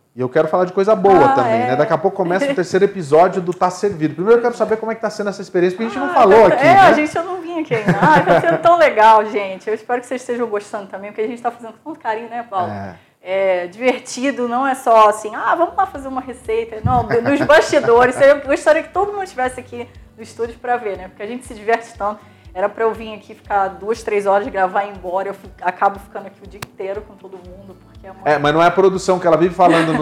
Speaker 4: E eu quero falar de coisa boa também, né? Daqui a pouco começa o terceiro episódio do Tá Servido. Primeiro eu quero saber como é que tá sendo essa experiência, porque a gente não falou aqui, né?
Speaker 21: A gente, eu não vim aqui ainda. Tá sendo tão legal, gente. Eu espero que vocês estejam gostando também, porque a gente tá fazendo com tanto carinho, né, Paulo? É divertido, não é só assim, vamos lá fazer uma receita. Não, nos bastidores. Eu gostaria que todo mundo estivesse aqui no estúdio para ver, né? Porque a gente se diverte tanto. Era para eu vir aqui ficar 2, 3 horas, gravar e ir embora. Eu acabo ficando aqui o dia inteiro com todo mundo. Porque
Speaker 4: mas não é a produção que ela vive falando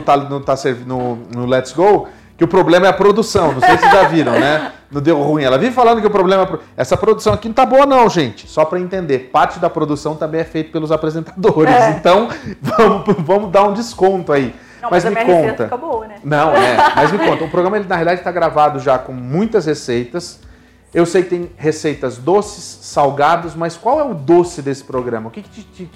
Speaker 4: no Let's Go, que o problema é a produção. Não sei se vocês já viram, né? Não deu ruim. Ela vive falando que o problema é essa produção aqui não tá boa não, gente. Só para entender, parte da produção também é feita pelos apresentadores. Então, vamos dar um desconto aí.
Speaker 21: Não, mas me conta. Fica boa, né?
Speaker 4: Não, mas me conta. O programa, ele, na realidade, está gravado já com muitas receitas. Eu sei que tem receitas doces, salgados, mas qual é o doce desse programa? O que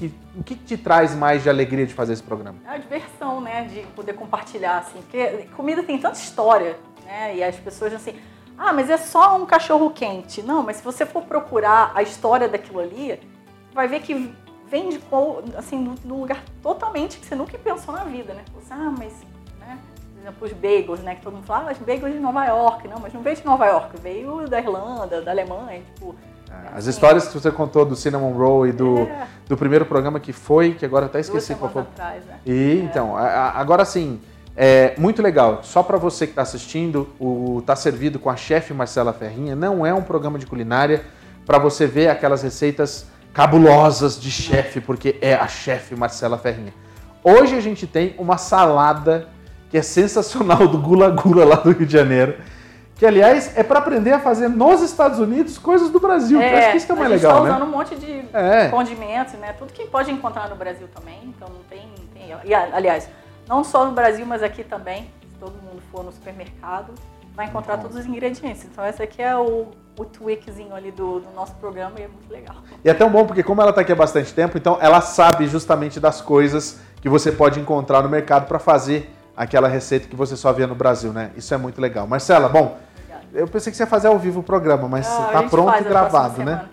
Speaker 4: te traz mais de alegria de fazer esse programa?
Speaker 21: É a diversão, né? De poder compartilhar, assim. Porque comida tem tanta história, né? E as pessoas assim, mas é só um cachorro quente. Não, mas se você for procurar a história daquilo ali, vai ver que vem de um lugar totalmente que você nunca pensou na vida, né? Você, mas, né? Por exemplo, os bagels, né? Que todo mundo fala, os bagels de Nova York. Não, mas não veio de Nova York, veio da Irlanda, da Alemanha, tipo...
Speaker 4: As histórias que você contou do Cinnamon Roll e do primeiro programa que agora até esqueci qual foi.
Speaker 21: Atrás, né?
Speaker 4: Então, agora sim, muito legal. Só para você que está assistindo, o Tá Servido com a chefe Marcela Ferrinha não é um programa de culinária para você ver aquelas receitas cabulosas de chefe, porque é a chefe Marcela Ferrinha. Hoje a gente tem uma salada que é sensacional do Gula Gula lá do Rio de Janeiro, que aliás é para aprender a fazer nos Estados Unidos coisas do Brasil. Eu acho que isso que é mais legal, né?
Speaker 21: A gente está usando um monte de condimentos, né? Tudo que pode encontrar no Brasil também, então não tem. E, aliás, não só no Brasil, mas aqui também. Se todo mundo for no supermercado, vai encontrar todos os ingredientes. Então esse aqui é o tweakzinho ali do nosso programa e é muito legal.
Speaker 4: E é tão bom porque como ela está aqui há bastante tempo, então ela sabe justamente das coisas que você pode encontrar no mercado para fazer aquela receita que você só via no Brasil, né? Isso é muito legal. Marcela, bom, eu pensei que você ia fazer ao vivo o programa, mas está pronto e gravado, né?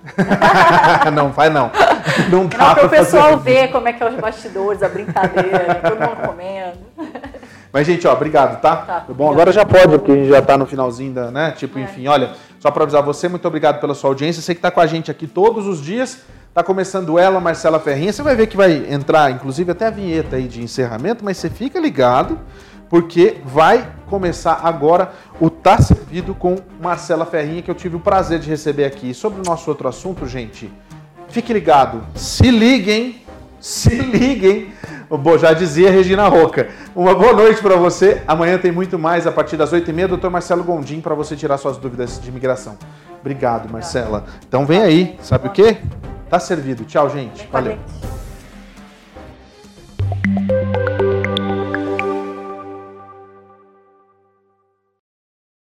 Speaker 4: Não, faz não. Não dá
Speaker 21: para o pessoal ver como é que é os bastidores, a brincadeira, todo mundo comendo.
Speaker 4: Mas, gente, obrigado, tá? Bom, agora já pode, porque a gente já tá no finalzinho da, né? Enfim, olha, só para avisar você, muito obrigado pela sua audiência. Você que tá com a gente aqui todos os dias, tá começando ela, Marcela Ferrinha. Você vai ver que vai entrar, inclusive, até a vinheta aí de encerramento, mas você fica ligado, porque vai começar agora o Tá Servido com Marcela Ferrinha, que eu tive o prazer de receber aqui. Sobre o nosso outro assunto, gente, fique ligado, se liguem, já dizia Regina Roca. Uma boa noite para você. Amanhã tem muito mais a partir das 8h30. Dr. Marcelo Gondim para você tirar suas dúvidas de imigração. Obrigado, Marcela. Então vem aí. Sabe o quê? Tá servido. Tchau, gente. Valeu.